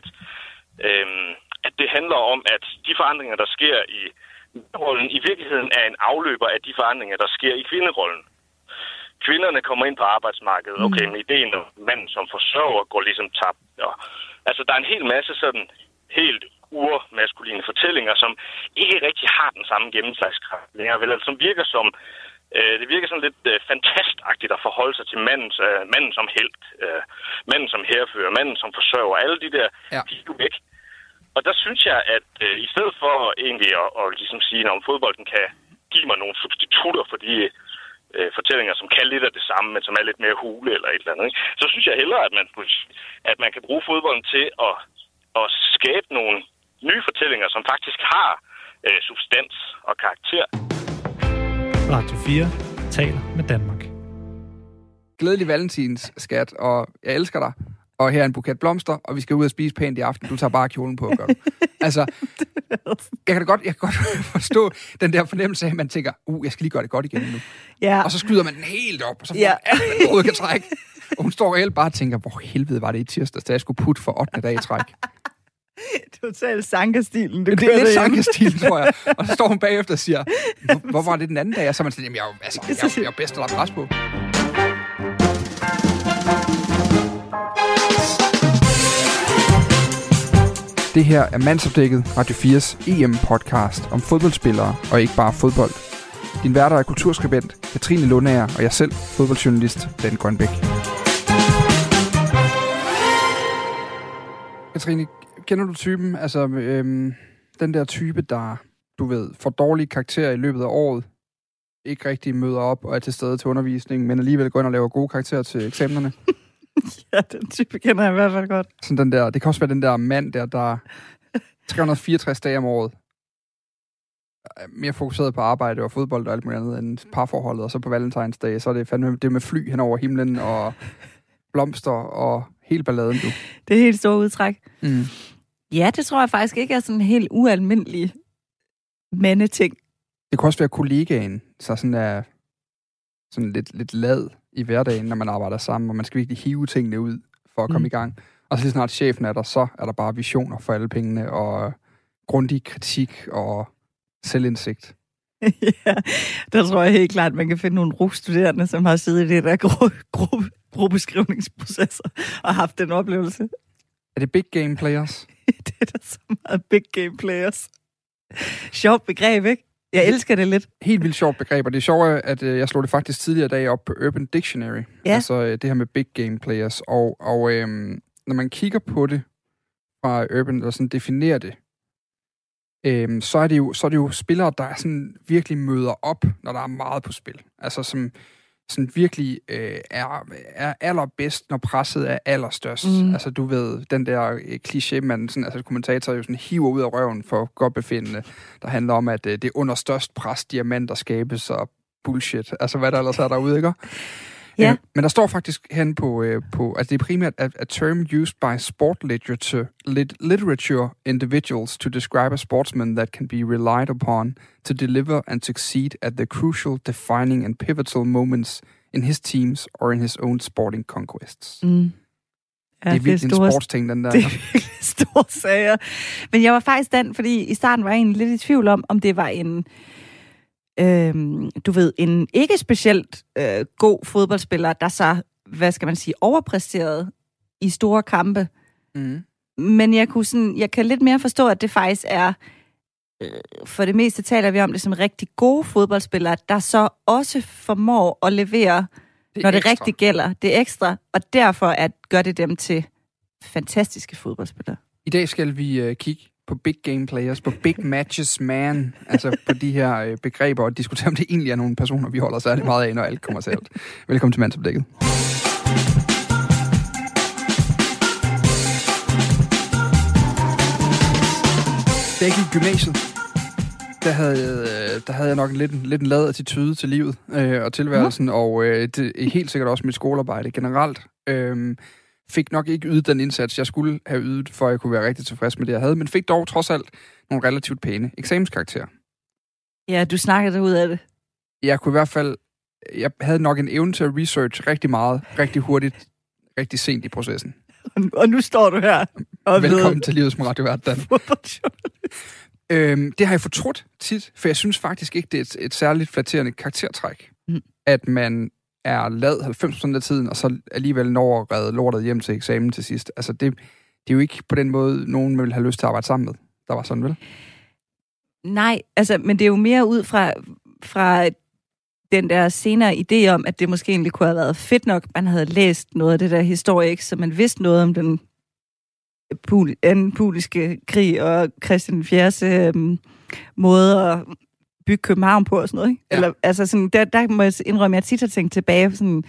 at det handler om, at de forandringer, der sker i rollen, i virkeligheden er en afløber af de forandringer, der sker i kvinderollen. Kvinderne kommer ind på arbejdsmarkedet. Okay, men ideen om manden som forsørger går ligesom tabt. Altså, der er en hel masse sådan helt urmaskuline fortællinger, som ikke rigtig har den samme gennemslagskraft længere, vel? Altså, som virker som det virker sådan lidt fantastagtigt at forholde sig til manden som helt, manden som hærfører, manden som forsørger, alle de der piger væk. Og der synes jeg, at i stedet for egentlig at ligesom sige, om fodbolden kan give mig nogle substitutter for de fortællinger, som kan lidt af det samme, men som er lidt mere hule eller et eller andet, ikke? Så synes jeg hellere, at man kan bruge fodbolden til at skabe nogle nye fortællinger, som faktisk har substans og karakter. Radio 4 taler med Danmark. Glædelig valentins, skat, og jeg elsker dig. Og her er en buket blomster, og vi skal ud og spise pænt i aften. Du tager bare kjolen på, gør du. Altså, jeg kan godt forstå den der fornemmelse af, at man tænker, jeg skal lige gøre det godt igen nu. Ja. Og så skyder man den helt op, og så får man alt, hvad den kan trække. Og hun står reelt bare og tænker, hvor helvede var det i tirsdags, da jeg skulle putte for 8. dag i træk. Totalt Sanka-stilen. Det er lidt Sanka-stilen, tror jeg. Og så står hun bagefter og siger, hvor var det den anden dag? Og så er man siger, jamen, jeg er bedst at lade pres på. Det her er Mandsopdækket, Radio 4's EM-podcast om fodboldspillere og ikke bare fodbold. Din værter er kulturskribent Katrine Lundager og jeg selv, fodboldjournalist Dan Grønbæk. Katrine, kender du typen? Altså, den der type, der, du ved, får dårlige karakterer i løbet af året, ikke rigtig møder op og er til stede til undervisning, men alligevel går ind og laver gode karakterer til eksamenerne? Ja, den type kender jeg i hvert fald godt. Sådan den der, det kan også være den der mand der 364 dage om året mere fokuseret på arbejde og fodbold og alt muligt andet end parforholdet, og så på Valentinsdag, så er det fandme det med fly hen over himlen og blomster og helt balladen, du. Det er helt store udtræk. Mm. Ja, det tror jeg faktisk ikke er sådan en helt ualmindelig mandeting. Det kan også være kollegaen, så sådan er sådan lidt lad i hverdagen, når man arbejder sammen, og man skal virkelig hive tingene ud for at komme i gang. Og så lige snart chefen er der, så er der bare visioner for alle pengene, og grundig kritik og selvindsigt. Ja, der tror jeg helt klart, at man kan finde nogle RUG-studerende, som har siddet i det der gruppeskrivningsprocesser og haft den oplevelse. Er det big game players? Det er da så meget big game players. Sjovt begreb, ikke? Jeg elsker det lidt. Helt vildt sjovt begreb, og det er sjovt, at jeg slog det faktisk tidligere dag op på Urban Dictionary. Ja. Altså det her med big game players. Og når man kigger på det fra Urban, og sådan definerer det, så er det jo spillere, der sådan virkelig møder op, når der er meget på spil. Altså som sådan virkelig er allerbedst, når presset er allerstørst. Altså du ved, den der kliché, man sådan, altså kommentator jo sådan hiver ud af røven for godt befindende, der handler om, at det er under størst pres, diamanter skabes og bullshit. Altså hvad der ellers er derude, ikke? Ja. Men der står faktisk hen på altså det er primært a term used by sport literature individuals to describe a sportsman that can be relied upon to deliver and succeed at the crucial, defining and pivotal moments in his teams or in his own sporting conquests. Ja, det er virkelig en sportsting, den der. Det er virkelig store sager. Men jeg var faktisk fordi i starten var jeg egentlig lidt i tvivl om det var en du ved, en ikke specielt god fodboldspiller, der så, hvad skal man sige, overpræsterede i store kampe. Men jeg kan lidt mere forstå, at det faktisk er, for det meste taler vi om det som rigtig gode fodboldspillere, der så også formår at levere, når det rigtig gælder, det ekstra, og derfor gør det dem til fantastiske fodboldspillere. I dag skal vi kigge på big game players, på big matches man, altså på de her begreber, og diskutere, om det egentlig er nogle personer, vi holder særlig meget af, når alt kommer til alt. Velkommen til Mandsopdækket. Da jeg gik i gymnasiet, der havde jeg nok lidt en lad attitude til livet og tilværelsen, og det er helt sikkert også mit skolearbejde generelt. Fik nok ikke ydet den indsats, jeg skulle have ydet, for at jeg kunne være rigtig tilfreds med det, jeg havde, men fik dog trods alt nogle relativt pæne eksamenskarakterer. Ja, du snakkede ud af det. Jeg havde nok en evne til at research rigtig meget, rigtig hurtigt, rigtig sent i processen. Og nu står du her. Og velkommen til livet som radiovært, Dan. Det har jeg fortrudt tit, for jeg synes faktisk ikke, det er et særligt flatterende karaktertræk, at man er lad 90% af tiden, og så alligevel når at redde lortet hjem til eksamen til sidst. Altså, det er jo ikke på den måde, nogen vil have lyst til at arbejde sammen med. Der var sådan, vel? Nej, altså, men det er jo mere ud fra den der senere idé om, at det måske egentlig kunne have været fedt nok, man havde læst noget af det der historie, ikke? Så man vidste noget om den anden puniske krig og Christian IV's måde at bygge København på og sådan noget, ikke? Ja. Eller, altså sådan, der må jeg indrømme, at jeg tit har tænkt tilbage, sådan,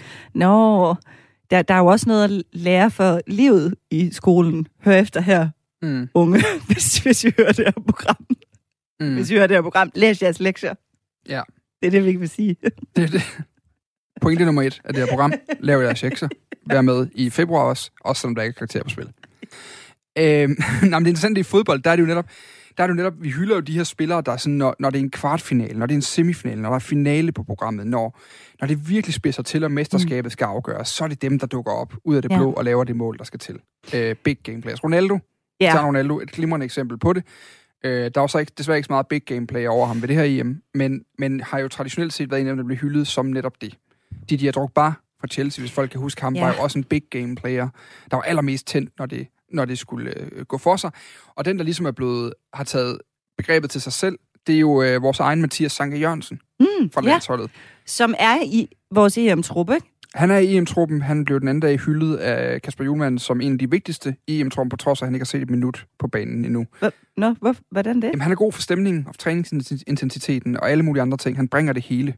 der er jo også noget at lære for livet i skolen. Hør efter her, unge, hvis I hører det her program. Hvis I hører det her program, læs jeres lektier. Ja. Det er det, vi vil sige. Det er det. Pointe nummer 1 af det her program, lav jeres lektier. Vær med i februar også selvom der ikke er karakter på spil. Men det interessante i fodbold, der er det jo netop, vi hylder jo de her spillere, der er sådan, når det er en kvartfinale, når det er en semifinale, når der er finale på programmet, når det virkelig spidser til, og mesterskabet skal afgøres, så er det dem, der dukker op ud af det blå og laver det mål, der skal til. Big game players. Ronaldo, et glimrende eksempel på det. Der var så desværre ikke så meget big game player over ham ved det her EM, men har jo traditionelt set været en af dem, der blev hyldet som netop det. Didier Drogba fra Chelsea, hvis folk kan huske ham, var jo også en big game player, der var allermest tændt, når det skulle gå for sig. Og den, der ligesom har taget begrebet til sig selv, det er jo vores egen Mathias Sanke Jørgensen fra landsholdet. Som er i vores EM-trup, ikke? Han er i EM-truppen. Han blev den anden dag hyldet af Kasper Hjulmand som en af de vigtigste i EM-truppen, på trods af, at han ikke har set et minut på banen endnu. Hvordan det? Jamen, han er god for stemningen og træningsintensiteten og alle mulige andre ting. Han bringer det hele.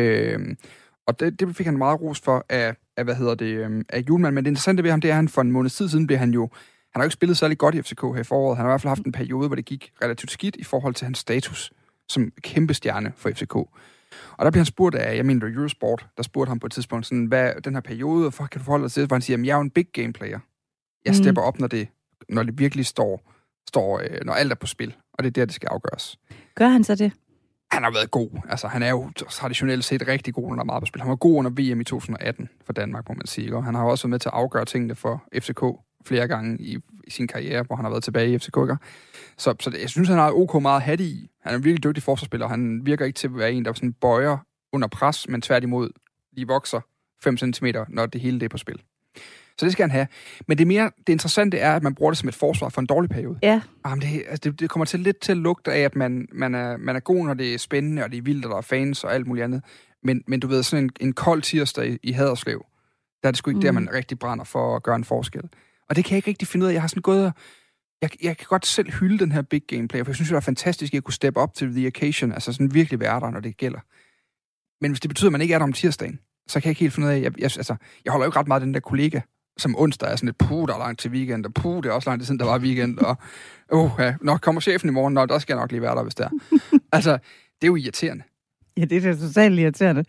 Og det fik han meget ros for af Hjulmand. Men det interessante ved ham, det er, at han for en måneds tid siden blev han jo... Han har jo ikke spillet særlig godt i FCK her i foråret. Han har i hvert fald haft en periode, hvor det gik relativt skidt i forhold til hans status som kæmpe stjerne for FCK. Og der bliver han spurgt af, jeg mener Eurosport, der spurgte ham på et tidspunkt, sådan, hvad den her periode, hvorfor kan du forholde dig til det? Hvor han siger, jeg er jo en big game player. Jeg stepper op, når det virkelig står når alt er på spil. Og det er der, det skal afgøres. Gør han så det? Han har været god. Altså, han er jo traditionelt set rigtig god, når der er meget på spil. Han var god under VM i 2018 for Danmark, må man sige. Og han har også været med til at afgøre tingene for FCK flere gange i sin karriere, hvor han har været tilbage i FCK. Så jeg synes, han har OK meget hat i. Han er en virkelig dygtig forsvarsspiller. Han virker ikke til at være en, der sådan bøjer under pres, men tværtimod lige vokser 5 cm, når det hele det er på spil. Så det skal han have. Men det interessante er, at man bruger det som et forsvar for en dårlig periode. Ja. Det kommer lidt til at lugte af, at man er god, når det er spændende, og det er vildt, og der er fans og alt muligt andet. Men du ved, sådan en kold tirsdag i Haderslev, der er det sgu ikke der, man rigtig brænder for at gøre en forskel. Og det kan jeg ikke rigtig finde ud af. Jeg har sådan gået og... Jeg kan godt selv hylde den her big game player, for jeg synes, det er fantastisk, at jeg kunne steppe op til the occasion, altså sådan virkelig være der, når det gælder. Men hvis det betyder, at man ikke er der om tirsdagen, så kan jeg ikke helt finde ud af... Jeg holder jo ikke ret meget af den der kollega, som onsdag er sådan et der er langt til weekend, og det er også langt til siden, der var weekend, og kommer chefen i morgen, der skal jeg nok lige være der, hvis det er. Altså, det er jo irriterende. Ja, det er totalt irriterende.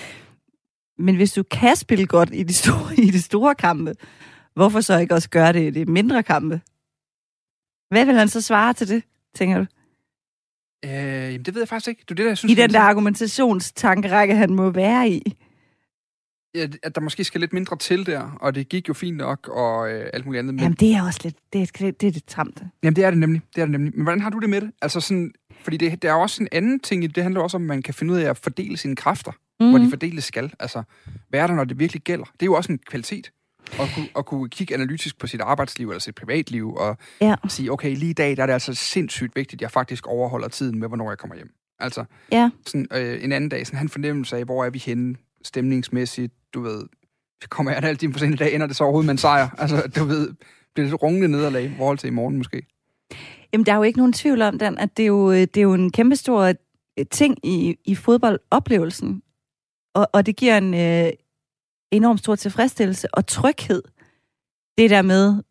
Men hvis du kan spille godt i de store kampe, hvorfor så ikke også gøre det i de mindre kampe? Hvad vil han så svare til det, tænker du? Jamen, det ved jeg faktisk ikke. Det er det, jeg synes, I den der argumentationstankerække, han må være i. Ja, at der måske skal lidt mindre til der, og det gik jo fint nok, og alt muligt andet. Men... Jamen, det er også lidt, det er det tramte. Jamen, det er det nemlig. Men hvordan har du det med det? Altså sådan, fordi det er også en anden ting, det handler også om, at man kan finde ud af at fordele sine kræfter, hvor de fordeles skal. Altså, hvad er der, når det virkelig gælder? Det er jo også en kvalitet. At kunne kigge analytisk på sit arbejdsliv eller sit privatliv, og sige, okay, lige i dag, der er det altså sindssygt vigtigt, at jeg faktisk overholder tiden med, hvornår jeg kommer hjem. Altså, sådan, en anden dag, sådan han fornemmelse af, hvor er vi henne stemningsmæssigt, du ved, kommer jeg altid for sent i dag, ender det så overhovedet med en sejr? Altså, du ved, bliver det rungende nederlag i forhold til i morgen måske? Jamen, der er jo ikke nogen tvivl om den, at det er jo en kæmpestor ting i fodboldoplevelsen, og det giver en enormt stor tilfredsstillelse og tryghed. Det der med,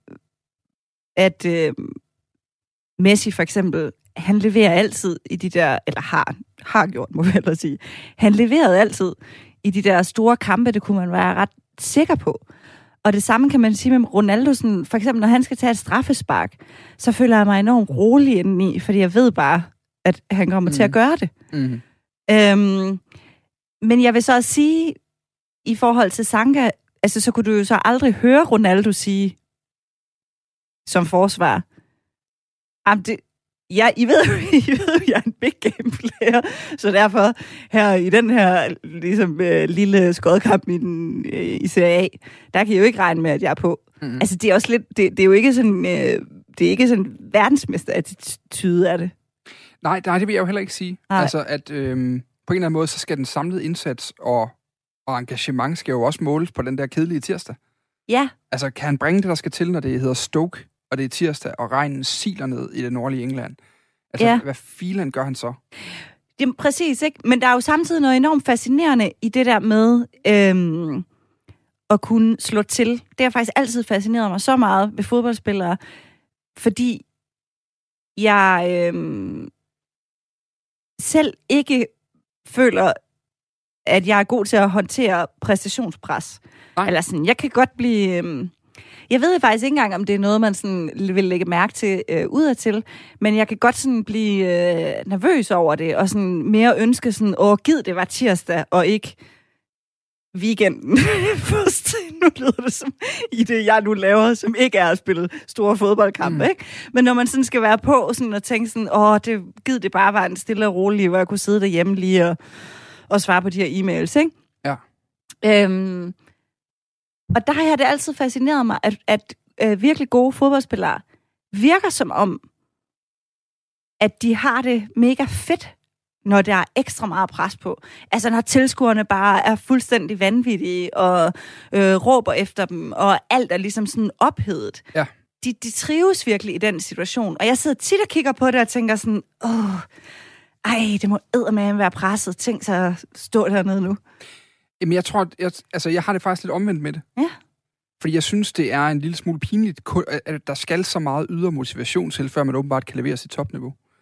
at Messi for eksempel, han leverer altid i de der, eller har gjort, må jeg sige. Han leverede altid i de der store kampe, det kunne man være ret sikker på. Og det samme kan man sige med Ronaldo, sådan, for eksempel når han skal tage et straffespark, så føler jeg mig enormt rolig indeni, fordi jeg ved bare, at han kommer til at gøre det. Men jeg vil så også sige, i forhold til Sanka, altså så kunne du jo så aldrig høre Ronaldo sige som forsvar, I ved jo, jeg er en big game player, så derfor her i den her ligesom, lille skodkamp i Serie A, der kan I jo ikke regne med, at jeg er på. Altså det er også lidt, det er jo ikke sådan, det er ikke sådan verdensmester-attitude af det. Nej, det vil jeg jo heller ikke sige. Nej. Altså at på en eller anden måde, så skal den samlede indsats og engagement skal jo også måles på den der kedelige tirsdag. Ja. Altså kan han bringe det, der skal til, når det hedder Stoke, og det er tirsdag, og regnen siler ned i det nordlige England. Altså, hvad filen gør han så? Jamen, præcis, ikke? Men der er jo samtidig noget enormt fascinerende i det der med at kunne slå til. Det har faktisk altid fascineret mig så meget ved fodboldspillere, fordi jeg selv ikke føler, at jeg er god til at håndtere præstationspres. Nej. Eller sådan, jeg kan godt blive... Jeg ved faktisk ikke engang, om det er noget, man sådan vil lægge mærke til udadtil, men jeg kan godt sådan blive nervøs over det, og sådan mere ønske sådan, gid det var tirsdag, og ikke weekenden. Først, nu lyder det som i det, jeg nu laver, som ikke er at spille store fodboldkampe, ikke? Men når man sådan skal være på sådan, og tænke sådan, gid det bare var en stille og rolig, hvor jeg kunne sidde derhjemme lige og svare på de her e-mails, ikke? Ja. Og der har det altid fascineret mig, at virkelig gode fodboldspillere virker som om, at de har det mega fedt, når der er ekstra meget pres på. Altså når tilskuerne bare er fuldstændig vanvittige og råber efter dem, og alt er ligesom sådan ophedet. Ja. De trives virkelig i den situation. Og jeg sidder tit og kigger på det og tænker sådan, det må eddermame være presset. Tænk sig at stå dernede nu. Jamen, jeg tror, jeg har det faktisk lidt omvendt med det. Ja. Fordi jeg synes, det er en lille smule pinligt, at der skal så meget ydre motivation til, før man åbenbart kan levere sit topniveau.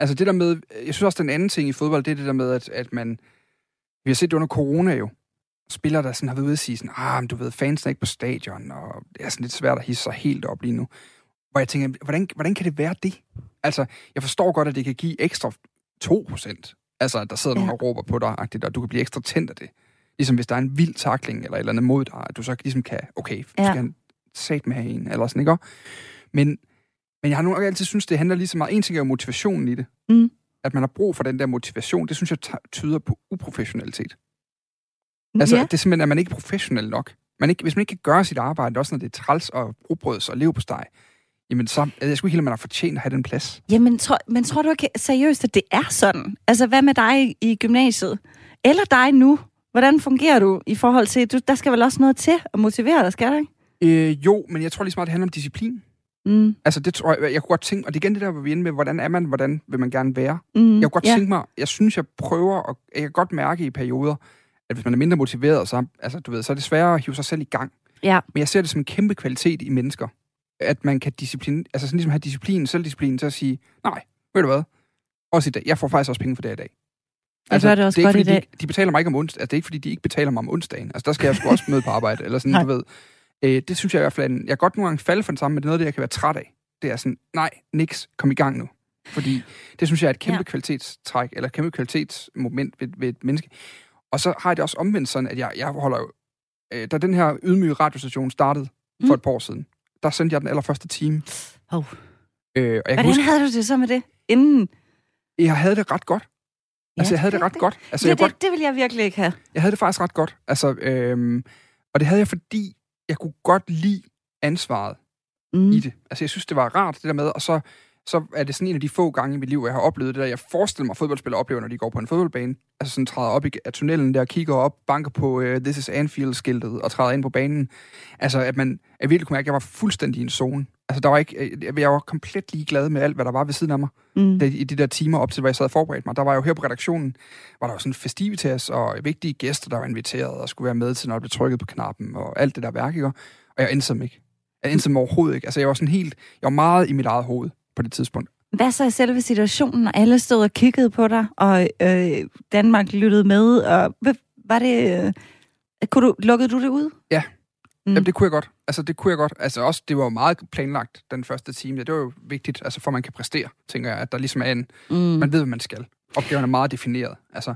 Altså det der med, jeg synes også, den anden ting i fodbold, det er det der med, at man, vi har set det under corona jo, spillere, der sådan har været ude at sige sådan, men du ved, fans er ikke på stadion, og det er sådan lidt svært at hisse sig helt op lige nu. Hvor jeg tænker, hvordan kan det være det? Altså, jeg forstår godt, at det kan give ekstra 2%. Altså, der sidder nogen og råber på dig, og du kan blive ekstra tændt af det. Ligesom hvis der er en vild tackling eller et eller andet mod dig, at du så ligesom kan, okay, du skal sat med en, eller sådan, ikke? Men jeg har nu altid synes, det handler lige så meget. En ting er jo motivationen i det. At man har brug for den der motivation, det synes jeg tyder på uprofessionalitet. Altså, det er simpelthen, at man ikke er professionel nok. Hvis man ikke kan gøre sit arbejde, også når det er træls og rugbrøds og leverpostej, jamen så jeg skulle ikke helt, at man har fortjent at have den plads. Jamen, men tror du ikke seriøst, at det er sådan? Altså, hvad med dig i gymnasiet? Eller dig nu? Hvordan fungerer du i forhold til, der skal vel også noget til at motivere dig, skal der ikke? Jo, men jeg tror lige så meget, det handler om disciplin. Altså, det tror jeg kunne godt tænke, og det er igen det der, hvor vi er inde med, hvordan er man, hvordan vil man gerne være? Jeg kunne godt tænke mig, jeg synes, jeg prøver, og jeg kan godt mærke i perioder, at hvis man er mindre motiveret, så er det sværere at hive sig selv i gang. Ja. Men jeg ser det som en kæmpe kvalitet i mennesker, at man kan sådan ligesom have disciplin, selvdisciplin til at sige, nej, ved du hvad, også i dag, jeg får faktisk også penge for det i dag. Altså, det er ikke, fordi de betaler mig ikke om onsdagen, altså det er ikke, fordi de ikke betaler mig om onsdagen, altså der skal jeg sgu også møde på arbejde, eller sådan, du ved. Det synes jeg i hvert fald, jeg kan godt nogle gange falde for den samme, men det er noget, det jeg kan være træt af. Det er sådan, nej, niks, kom i gang nu. Fordi det synes jeg er et kæmpe kvalitetstræk, eller et kæmpe kvalitetsmoment ved et menneske. Og så har jeg det også omvendt sådan, at jeg holder jo, da den her ydmyge radiostation startede for et par år siden, der sendte jeg den allerførste time. Hvordan havde du det så med det inden? Jeg havde det ret godt. Altså, jeg havde det ret godt. Altså, det ville jeg virkelig ikke have. Jeg havde det faktisk ret godt. Altså, og det havde jeg, fordi jeg kunne godt lide ansvaret i det. Altså, jeg synes, det var rart, det der med, og så er det sådan en af de få gange i mit liv, hvor jeg har oplevet det der, jeg forestiller mig, at fodboldspillere oplever, når de går på en fodboldbane. Altså sådan træder op af tunnelen der, kigger op, banker på This is Anfield-skiltet og træder ind på banen. Altså, at jeg virkelig kunne mærke, at jeg var fuldstændig i en zone. Altså, der var ikke, jeg var komplet ligeglad med alt, hvad der var ved siden af mig. I de der timer op til, hvor jeg sad og forberedte mig. Der var jo her på redaktionen, var der jo sådan festivitas og vigtige gæster, der var inviteret og skulle være med til, når det blev trykket på knappen og alt det der værk, ikke? Og jeg endte som ikke. Jeg endte som overhovedet ikke. Altså, jeg var meget i mit eget hoved på det tidspunkt. Hvad så i selve situationen, når alle stod og kiggede på dig, og Danmark lyttede med, og var det... lukkede du det ud? Ja. Jamen, det kunne jeg godt. Altså også, det var jo meget planlagt, den første time. Ja, det var jo vigtigt, altså for man kan præstere, tænker jeg, at der ligesom er man ved, hvad man skal. Opgaven er meget defineret. Altså,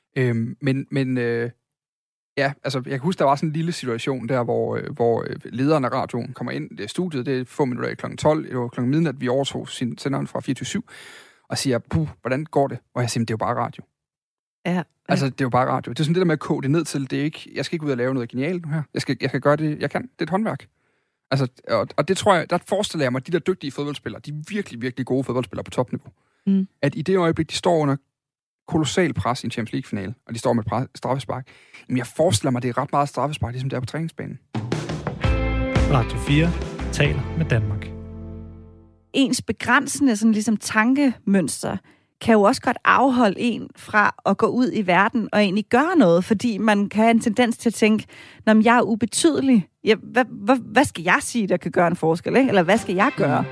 ja, altså, jeg kan huske, der var sådan en lille situation der, hvor lederen af radioen kommer ind. Det er studiet, det er få minutter i kl. 12, det var kl. midnat, vi overtog senderen fra 24/7, og siger, hvordan går det? Og jeg siger, det er jo bare radio. Ja. Altså, det er jo bare radio. Det er sådan det der med at koge det ned til, det er ikke, jeg skal ikke ud og lave noget genialt nu her. Jeg kan gøre det, jeg kan. Det er et håndværk. Altså, og det tror jeg, der forestiller jeg mig, at de der dygtige fodboldspillere, de virkelig, virkelig gode fodboldspillere på topniveau, at i det øjeblik, de står under kolossal pres i en Champions League-finale, og de står med straffespark, jamen jeg forestiller mig, at det er ret meget straffespark, ligesom det er på træningsbanen. Radio 4 taler med Danmark. Ens begrænsende sådan ligesom tankemønster kan jo også godt afholde en fra at gå ud i verden og egentlig gøre noget, fordi man kan have en tendens til at tænke, når jeg er ubetydelig, ja, hvad skal jeg sige, der kan gøre en forskel, ikke? Eller hvad skal jeg gøre?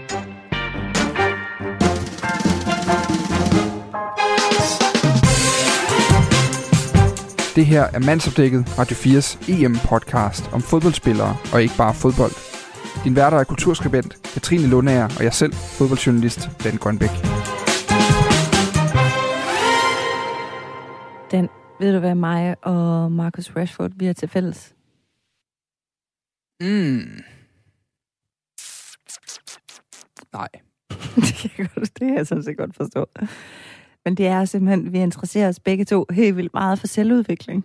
Det her er Mandsopdækket, Radio 4's EM-podcast om fodboldspillere og ikke bare fodbold. Din værter er kulturskribent Katrine Lundager og jeg selv, fodboldjournalist Ben Grønbæk. Den, ved du hvad mig og Marcus Rashford vi er til fælles? Nej. Det kan jeg sådan set godt forstå. Men det er simpelthen, vi interesserer os begge to helt vildt meget for selvudvikling.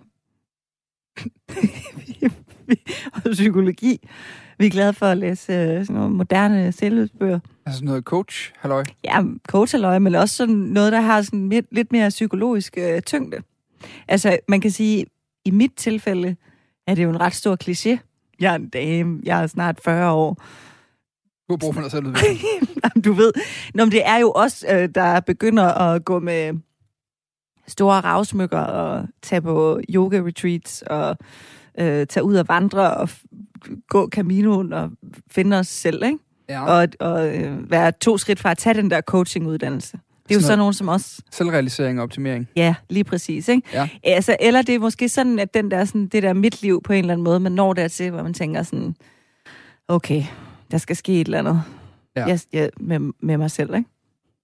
Og psykologi. Vi er glade for at læse sådan nogle moderne selvudbøger. Altså sådan noget coach-halløj? Ja, coach-halløj, men også sådan noget, der har sådan lidt mere psykologisk tyngde. Altså, man kan sige, i mit tilfælde er det jo en ret stor kliché. Jeg er en dame, jeg er snart 40 år. Du har brug for noget selvudvikling. Du ved, men det er jo også, der begynder at gå med store ravsmykker og tage på yoga-retreats og tage ud og vandre og gå Caminoen og finde os selv, ikke? Ja. Og være 2 skridt fra at tage den der coaching-uddannelse. Det er jo sådan nogen som os. Selvrealisering og optimering. Ja, lige præcis, ikke? Ja. Altså, eller det er måske sådan, at det der mit liv på en eller anden måde, man når dertil, hvor man tænker sådan, okay, der skal ske et eller andet med mig selv, ikke?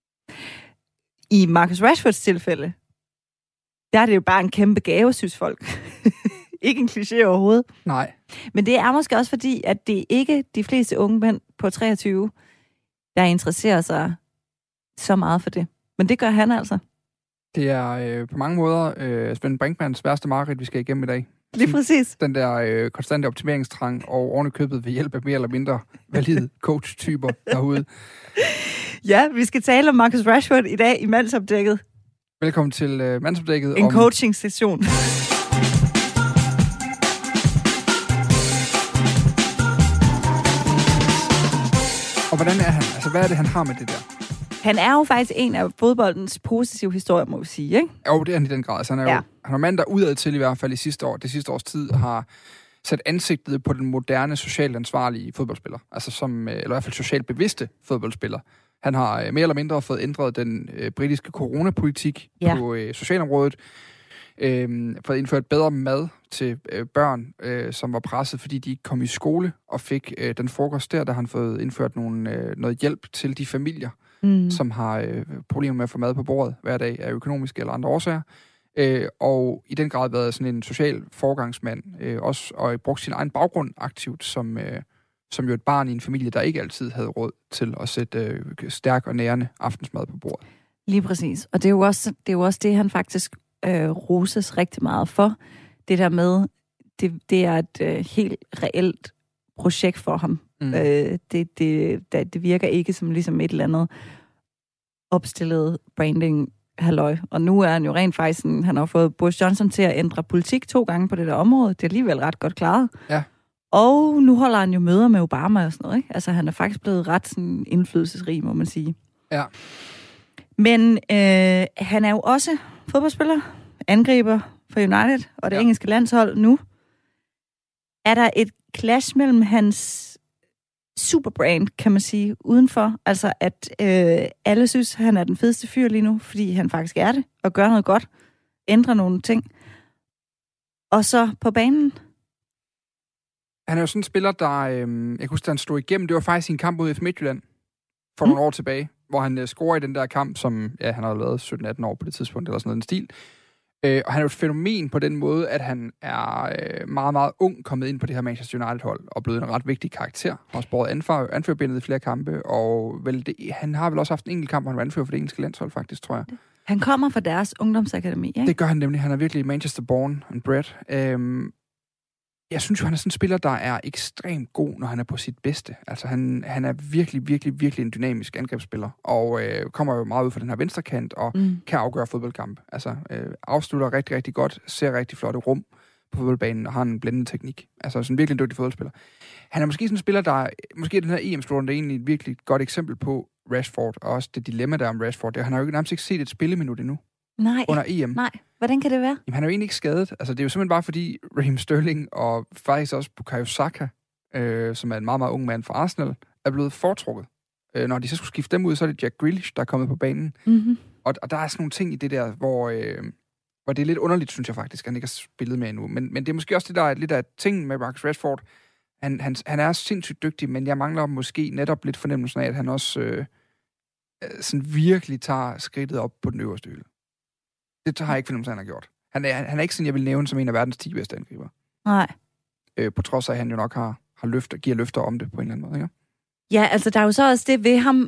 I Marcus Rashfords tilfælde, der er det jo bare en kæmpe gave, synes folk. Ikke en kliché overhovedet. Nej. Men det er måske også fordi, at det ikke de fleste unge mænd på 23, der interesserer sig så meget for det. Men det gør han altså. Det er på mange måder Svend Brinkmanns værste mareridt, vi skal igennem i dag. Lige præcis. Den der konstante optimeringstrang og oven i købet ved hjælp af mere eller mindre valide coach-typer derude. Ja, vi skal tale om Marcus Rashford i dag i Mandsopdækket. Velkommen til Mandsopdækket. En coaching-session. Og hvordan er han? Altså, hvad er det, han har med det der? Han er jo faktisk en af fodboldens positive historier, må vi sige, ikke? Jo, det er han i den grad. Altså, han er mand, der udad til i hvert fald det sidste års tid har sat ansigtet på den moderne, socialt ansvarlige fodboldspiller. Altså eller i hvert fald socialt bevidste fodboldspiller. Han har mere eller mindre fået ændret den britiske coronapolitik på socialområdet. Fået indført bedre mad til børn, som var presset, fordi de ikke kom i skole, og fik den frokost der han fået indført noget hjælp til de familier, som har problemer med at få mad på bordet hver dag af økonomiske eller andre årsager. Og i den grad været sådan en social forgangsmand, også, og brugt sin egen baggrund aktivt, som jo et barn i en familie, der ikke altid havde råd til at sætte stærk og nærende aftensmad på bordet. Lige præcis. Og det er jo også det, han faktisk roses rigtig meget for. Det der med, det er et helt reelt projekt for ham. Det virker ikke som ligesom et eller andet opstillet branding halløj. Og nu er han jo rent faktisk han har fået Boris Johnson til at ændre politik 2 gange på det der område. Det er alligevel ret godt klaret. Ja. Og nu holder han jo møder med Obama og sådan noget, ikke? Altså, han er faktisk blevet ret sådan indflydelsesrig, må man sige. Ja. Men han er jo også fodboldspiller, angriber for United og det engelske landshold nu. Er der et clash mellem hans superbrand, kan man sige, udenfor? Altså, at alle synes, han er den fedeste fyr lige nu, fordi han faktisk er det, og gør noget godt, ændrer nogle ting. Og så på banen? Han er jo sådan en spiller, der, jeg kan huske, han stod igennem, det var faktisk en kamp mod F. Midtjylland for nogle år tilbage, hvor han scorer i den der kamp, som, han har været 17-18 år på det tidspunkt, eller sådan noget en stil. Og han er jo et fænomen på den måde, at han er meget, meget ung kommet ind på det her Manchester United-hold, og blevet en ret vigtig karakter. Har også båret anførerbindet i flere kampe, og han har vel også haft en enkelt kamp, hvor han var anfører for det engelske landshold, faktisk, tror jeg. Han kommer fra deres ungdomsakademi, ikke? Det gør han nemlig. Han er virkelig Manchester-born and bred. Jeg synes jo, han er sådan en spiller, der er ekstremt god, når han er på sit bedste. Altså, han er virkelig, virkelig, virkelig en dynamisk angrebsspiller, og kommer jo meget ud fra den her venstrekant, og kan afgøre fodboldkamp. Altså, afslutter rigtig, rigtig godt, ser rigtig flotte rum på fodboldbanen, og har en blændende teknik. Altså, sådan en virkelig dygtig fodboldspiller. Han er måske sådan en spiller, der måske den her EM-slutrunde, det er egentlig et virkelig godt eksempel på Rashford, og også det dilemma, der er om Rashford. Han har jo nærmest ikke set et spilleminut endnu. Nej. Under EM. Nej. Hvordan kan det være? Jamen, han er jo egentlig ikke skadet. Altså, det er jo simpelthen bare fordi Raheem Sterling og faktisk også Bukayo Saka, som er en meget, meget ung mand fra Arsenal, er blevet foretrukket. Når de så skulle skifte dem ud, så er det Jack Grealish, der er kommet på banen. Mm-hmm. Og der er sådan nogle ting i det der, hvor det er lidt underligt, synes jeg faktisk, han ikke har spillet med endnu. Men det er måske også det, der er lidt af ting med Marcus Rashford. Han er sindssygt dygtig, men jeg mangler måske netop lidt fornemmelsen af, at han også sådan virkelig tager skridtet op på den øverste hylde. Det har jeg ikke fornemmelse, han har gjort. Han er ikke sådan, jeg vil nævne som en af verdens 10 bedste angriber. Nej. På trods af, at han jo nok giver løfter om det på en eller anden måde, ikke? Ja, altså der er jo så også det ved ham,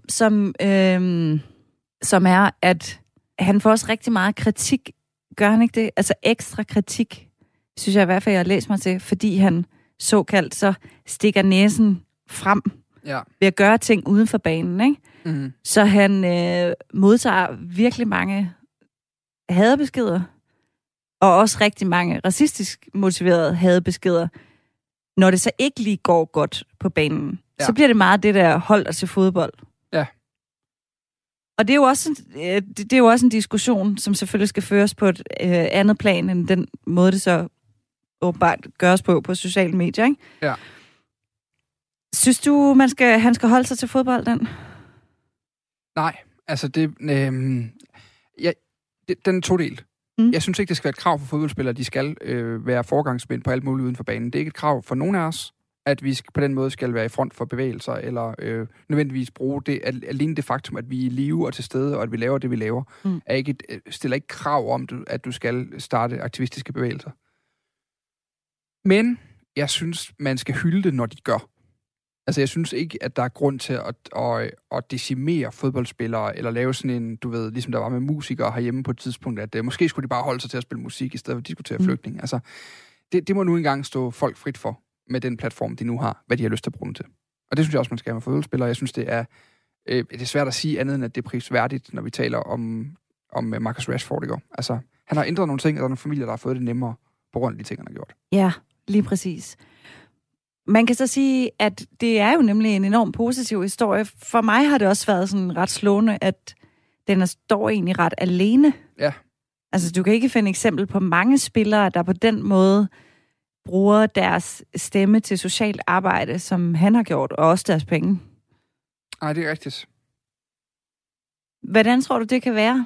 som er, at han får også rigtig meget kritik. Gør han ikke det? Altså ekstra kritik, synes jeg i hvert fald, jeg har læst mig til, fordi han såkaldt så stikker næsen frem ved at gøre ting uden for banen, ikke? Mm-hmm. Så han modtager virkelig mange hadebeskeder, og også rigtig mange racistisk motiverede hadebeskeder. Når det så ikke lige går godt på banen, så bliver det meget det der hold dig til fodbold. Ja. Og det er jo også en diskussion, som selvfølgelig skal føres på et andet plan, end den måde, det så åbenbart gøres på sociale medier, ikke? Ja. Synes du, han skal holde sig til fodbold, den? Nej, Altså, den er todelt. Jeg synes ikke, det skal være et krav for fodboldspillere, de skal være foregangsmænd på alt muligt uden for banen. Det er ikke et krav for nogen af os, at vi på den måde skal være i front for bevægelser, eller nødvendigvis bruge det, alene det faktum, at vi er i live og til stede, og at vi laver det, vi laver, stiller ikke krav om, at du skal starte aktivistiske bevægelser. Men jeg synes, man skal hylde det, når de gør. Altså, jeg synes ikke, at der er grund til at decimere fodboldspillere, eller lave sådan en, du ved, ligesom der var med musikere herhjemme på et tidspunkt, at måske skulle de bare holde sig til at spille musik, i stedet for at diskutere flygtning. Altså, det må nu engang stå folk frit for, med den platform, de nu har, hvad de har lyst til at bruge den til. Og det synes jeg også, man skal have med fodboldspillere. Jeg synes, det er svært at sige andet, end at det er prisværdigt, når vi taler om Marcus Rashford i går. Altså, han har ændret nogle ting, og der er nogle familier, der har fået det nemmere på grund af de ting, han har gjort. Ja, lige præcis. Man kan så sige, at det er jo nemlig en enormt positiv historie. For mig har det også været sådan ret slående, at den står egentlig ret alene. Ja. Altså, du kan ikke finde eksempel på mange spillere, der på den måde bruger deres stemme til socialt arbejde, som han har gjort, og også deres penge. Nej, det er rigtigt. Hvordan tror du, det kan være?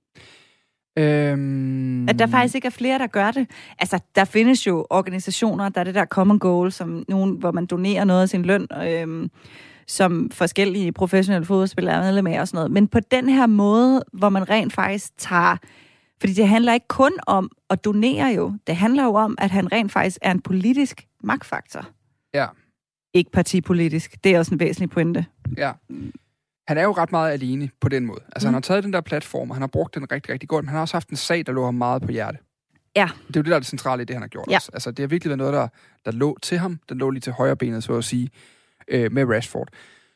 At der faktisk ikke er flere, der gør det. Altså, der findes jo organisationer, der er det der Common Goal, som nogen, hvor man donerer noget af sin løn, som forskellige professionelle fodboldspillere er medlem af og sådan noget. Men på den her måde, hvor man rent faktisk tager... Fordi det handler ikke kun om at donere jo. Det handler jo om, at han rent faktisk er en politisk magtfaktor. Ja. Ikke partipolitisk. Det er også en væsentlig pointe. Ja. Han er jo ret meget alene på den måde. Altså, han har taget den der platform, og han har brugt den rigtig, rigtig godt, men han har også haft en sag, der lå ham meget på hjerte. Ja. Det er jo det, der er det centrale i det, han har gjort også. Altså, det har virkelig været noget, der lå til ham. Den lå lige til højre benet, så at sige, med Rashford.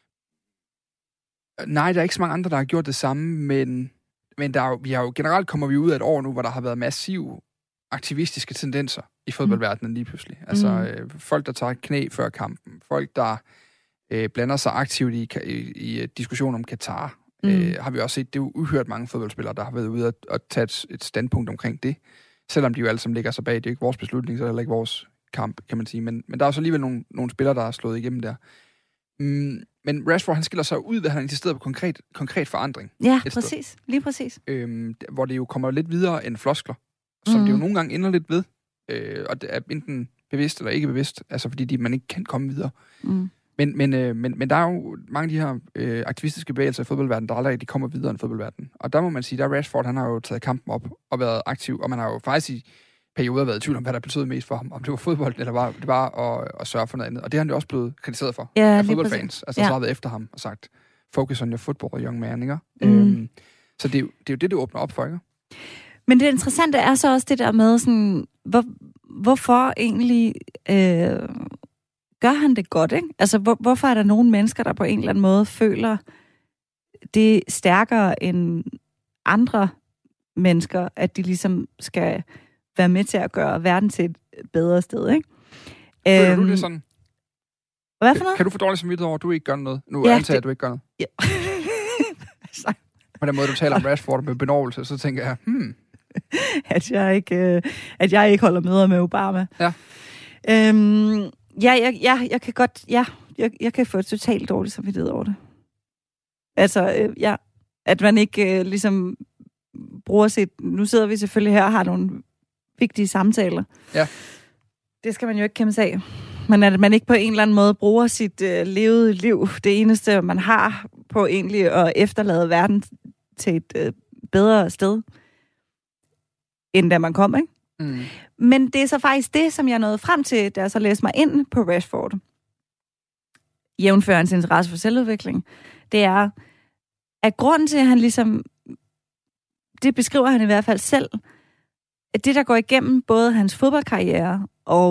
Nej, der er ikke så mange andre, der har gjort det samme, men generelt kommer vi ud af et år nu, hvor der har været massive aktivistiske tendenser i fodboldverdenen lige pludselig. Altså, folk, der tager knæ før kampen. Folk, der blander sig aktivt i diskussion om Katar. Har vi også set, det er jo uhørt mange fodboldspillere, der har været ude og tage et standpunkt omkring det. Selvom de jo alle sammen ligger sig bag. Det er ikke vores beslutning, så er det heller ikke vores kamp, kan man sige. Men der er også alligevel nogle spillere, der er slået igennem der. Men Rashford, han skiller sig ud, ved at han insisterer på konkret forandring. Ja, præcis. Lige præcis. Hvor det jo kommer lidt videre end floskler, som det jo nogle gange ender lidt ved. Og det er enten bevidst eller ikke bevidst, altså fordi man ikke kan komme videre. Men der er jo mange af de her aktivistiske bevægelser i fodboldverdenen, der aldrig de kommer videre end fodboldverdenen. Og der må man sige, der Rashford, han har jo taget kampen op og været aktiv, og man har jo faktisk i perioder været i tvivl om, hvad der betød mest for ham, om det var fodbold, eller det var at sørge for noget andet. Og det har han jo også blevet kritiseret for af fodboldfans. Altså, så har været efter ham og sagt, focus on your football, young man, ikke? Så det er jo det åbner op for, ikke? Men det interessante er så også det der med, sådan, hvorfor egentlig gør han det godt, ikke? Altså, hvorfor er der nogle mennesker, der på en eller anden måde føler det stærkere end andre mennesker, at de ligesom skal være med til at gøre verden til et bedre sted, ikke? Føler du det sådan? Hvad for noget? Kan du få dårligt samvittighed over, at du ikke gør noget? Nu antager jeg, at du ikke gør noget. Ja. På den måde, du taler om Rashford med benovelse, så tænker jeg, at jeg ikke holder møder med Obama. Ja. Jeg kan godt, jeg kan få et totalt dårligt samvittighed over det. Altså, at man ikke ligesom bruger sit... Nu sidder vi selvfølgelig her og har nogle vigtige samtaler. Ja. Det skal man jo ikke kæmpe sig af. Men at man ikke på en eller anden måde bruger sit levede liv, det eneste, man har på egentlig at efterlade verden til et bedre sted, end da man kom, ikke? Men det er så faktisk det, som jeg nåede frem til, da jeg så læste mig ind på Rashford. Jævnfører hans interesse for selvudvikling. Det er, at grunden til, at han ligesom... Det beskriver han i hvert fald selv. At det, der går igennem både hans fodboldkarriere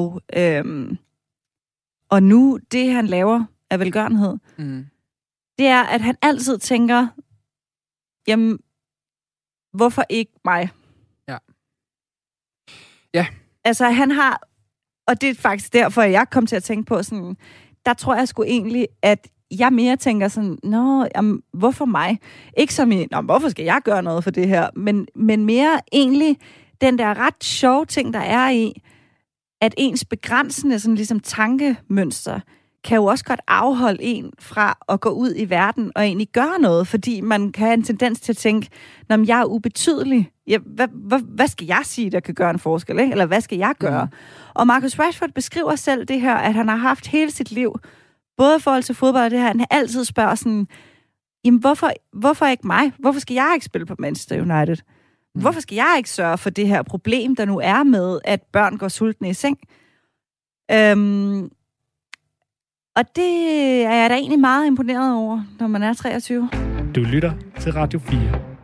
og nu det, han laver af velgørenhed, det er, at han altid tænker, jamen, hvorfor ikke mig? Ja. Ja. Altså, han har, og det er faktisk derfor, jeg kom til at tænke på sådan, der tror jeg sgu egentlig, at jeg mere tænker sådan, jamen, hvorfor mig? Ikke som i, hvorfor skal jeg gøre noget for det her? Men mere egentlig den der ret sjove ting, der er i, at ens begrænsende sådan ligesom tankemønster kan jo også godt afholde en fra at gå ud i verden og egentlig gøre noget, fordi man kan have en tendens til at tænke, når jeg er ubetydelig, hvad skal jeg sige, der kan gøre en forskel, ikke? Eller hvad skal jeg gøre? Og Marcus Rashford beskriver selv det her, at han har haft hele sit liv, både i forhold til fodbold og det her, han altid spørger sådan, jamen hvorfor ikke mig? Hvorfor skal jeg ikke spille på Manchester United? Hvorfor skal jeg ikke sørge for det her problem, der nu er med, at børn går sultne i seng? Og det er jeg da egentlig meget imponeret over, når man er 23. Du lytter til Radio 4.